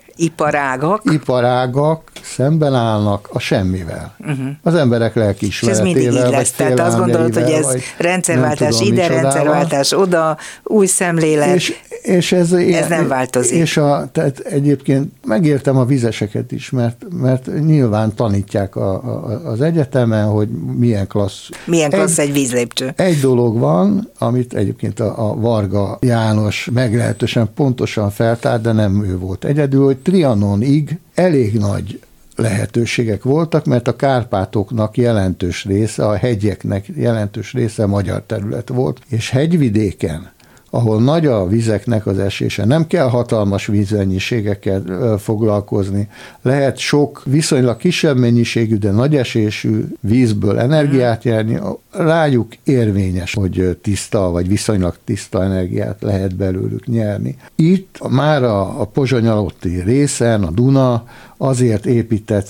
Speaker 3: iparágak szemben állnak a semmivel. Az emberek lelkiismeretével.
Speaker 2: És ez mindig így lesz. Tehát azt gondolod, hogy ez rendszerváltás ide, rendszerváltás oda, új szemlélet.
Speaker 3: És ez
Speaker 2: nem változik.
Speaker 3: És tehát egyébként megértem a vizeseket is, mert nyilván tanítják az egyetemen, hogy milyen klassz egy vízlépcső. Egy dolog van, amit egyébként a Varga János meglehetősen pontosan feltárt, de nem ő volt egyedül, hogy Trianonig elég nagy lehetőségek voltak, mert a Kárpátoknak jelentős része, a hegyeknek jelentős része magyar terület volt, és hegyvidéken, ahol nagy a vizeknek az esése. Nem kell hatalmas vízmennyiségekkel foglalkozni. Lehet sok viszonylag kisebb mennyiségű, de nagy esésű vízből energiát nyerni. Rájuk érvényes, hogy tiszta vagy viszonylag tiszta energiát lehet belőlük nyerni. Itt már a Pozsony alatti részen, a Duna azért épített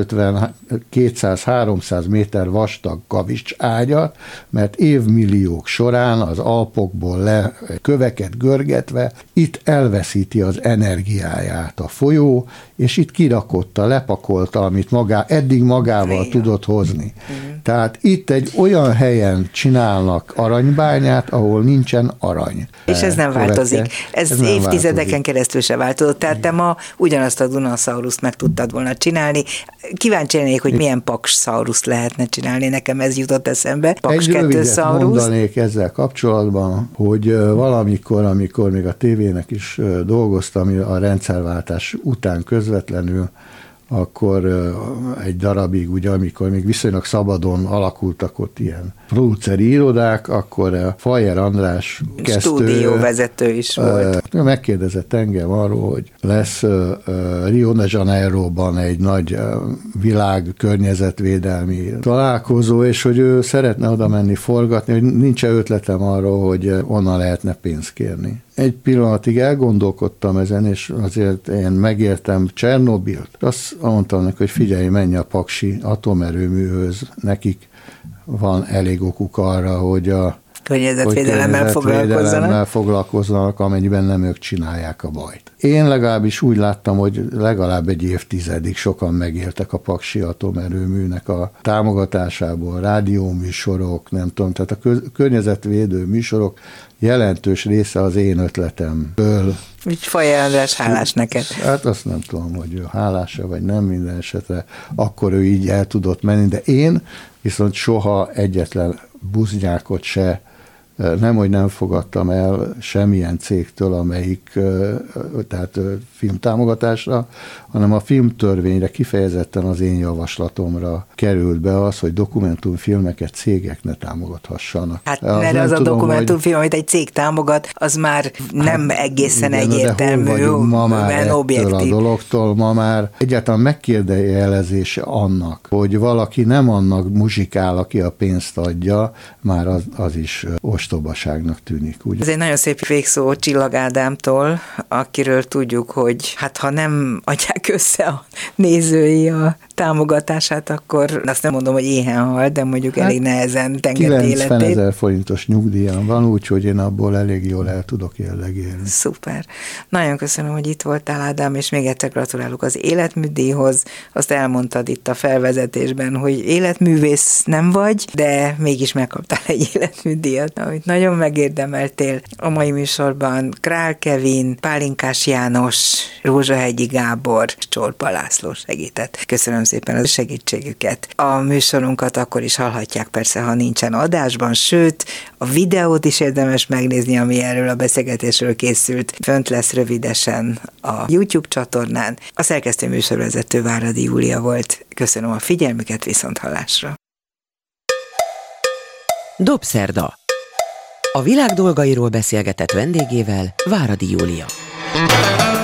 Speaker 3: 150-200-300 méter vastag kavics ágyat, mert évmilliók során az Alpokból le köveket görgetve itt elveszíti az energiáját a folyó, és itt kirakotta, lepakolta, amit eddig magával tudott hozni. Tehát itt egy olyan helyen csinálnak aranybányát, ahol nincsen arany.
Speaker 2: És ez nem változik. Ez évtizedeken keresztül se változott. Tehát te ma ugyanazt a Dunasauruszt meg tudtad volna csinálni. Kíváncsi lennék, hogy milyen Paks-szauruszt lehetne csinálni. Nekem ez jutott eszembe. Paks
Speaker 3: egy rövidet
Speaker 2: 2
Speaker 3: mondanék ezzel kapcsolatban, hogy valamikor, amikor még a tévének is dolgoztam, a rendszerváltás után közvetlenül, akkor egy darabig, ugye, amikor még viszonylag szabadon alakultak ott ilyen produceri irodák, akkor Fajer András
Speaker 2: stúdióvezető is volt.
Speaker 3: Megkérdezett engem arról, hogy lesz Rio de Janeiroban egy nagy világ környezetvédelmi találkozó, és hogy ő szeretne oda menni forgatni, hogy nincs ötletem arról, hogy onnan lehetne pénzt kérni. Egy pillanatig elgondolkodtam ezen, és azért én megértem Csernobilt. Azt mondtam neki, hogy figyelj, menj a paksi atomerőműhöz, nekik van elég okuk arra, hogy a
Speaker 2: környezetvédelemmel
Speaker 3: foglalkozzanak, amennyiben nem ők csinálják a bajt. Én legalábbis úgy láttam, hogy legalább egy évtizedig sokan megéltek a paksi atomerőműnek a támogatásából, rádióműsorok, nem tudom, tehát a környezetvédő műsorok jelentős része az én ötletemből.
Speaker 2: Úgy Fajer András hálás neked.
Speaker 3: Hát azt nem tudom, hogy ő hálása, vagy nem, minden esetre akkor ő így el tudott menni, de én viszont soha egyetlen busznyákot se, nemhogy nem fogadtam el semmilyen cégtől, amelyik, tehát filmtámogatásra, hanem a filmtörvényre kifejezetten az én javaslatomra került be az, hogy dokumentumfilmeket cégek ne támogathassanak.
Speaker 2: Hát mert az a dokumentumfilm, amit egy cég támogat, az már nem egészen egyértelmű,
Speaker 3: ma már
Speaker 2: objektív.
Speaker 3: A dologtól ma már egyáltalán megkérdőjelezése annak, hogy valaki nem annak muzsikál, aki a pénzt adja, már az is ostobaságnak tűnik. Ugye?
Speaker 2: Ez egy nagyon szép végszó Csillag Ádámtól, akiről tudjuk, hogy hát ha nem adják össze a nézői a támogatását, akkor azt nem mondom, hogy éhen hal, de mondjuk elég nehezen tengert életét.
Speaker 3: 90 000 forintos nyugdíjam van, úgyhogy én abból elég jól el tudok élni.
Speaker 2: Szuper. Nagyon köszönöm, hogy itt voltál, Ádám, és még egyszer gratulálok az életműdíjhoz. Azt elmondtad itt a felvezetésben, hogy életművész nem vagy, de mégis megkaptál egy életműdíjat, amit nagyon megérdemeltél. A mai műsorban Král Kevin, Pálinkás János, Rózsahegyi Gábor, Csorba László segített. Köszönöm szépen a segítségüket. A műsorunkat akkor is hallhatják persze, ha nincsen adásban, sőt, a videót is érdemes megnézni, ami erről a beszélgetésről készült. Fönt lesz rövidesen a YouTube csatornán. A szerkesztő műsorvezető Váradi Júlia volt. Köszönöm a figyelmüket, viszonthallásra.
Speaker 1: Dobszerda. A világ dolgairól beszélgetett vendégével Váradi Júlia.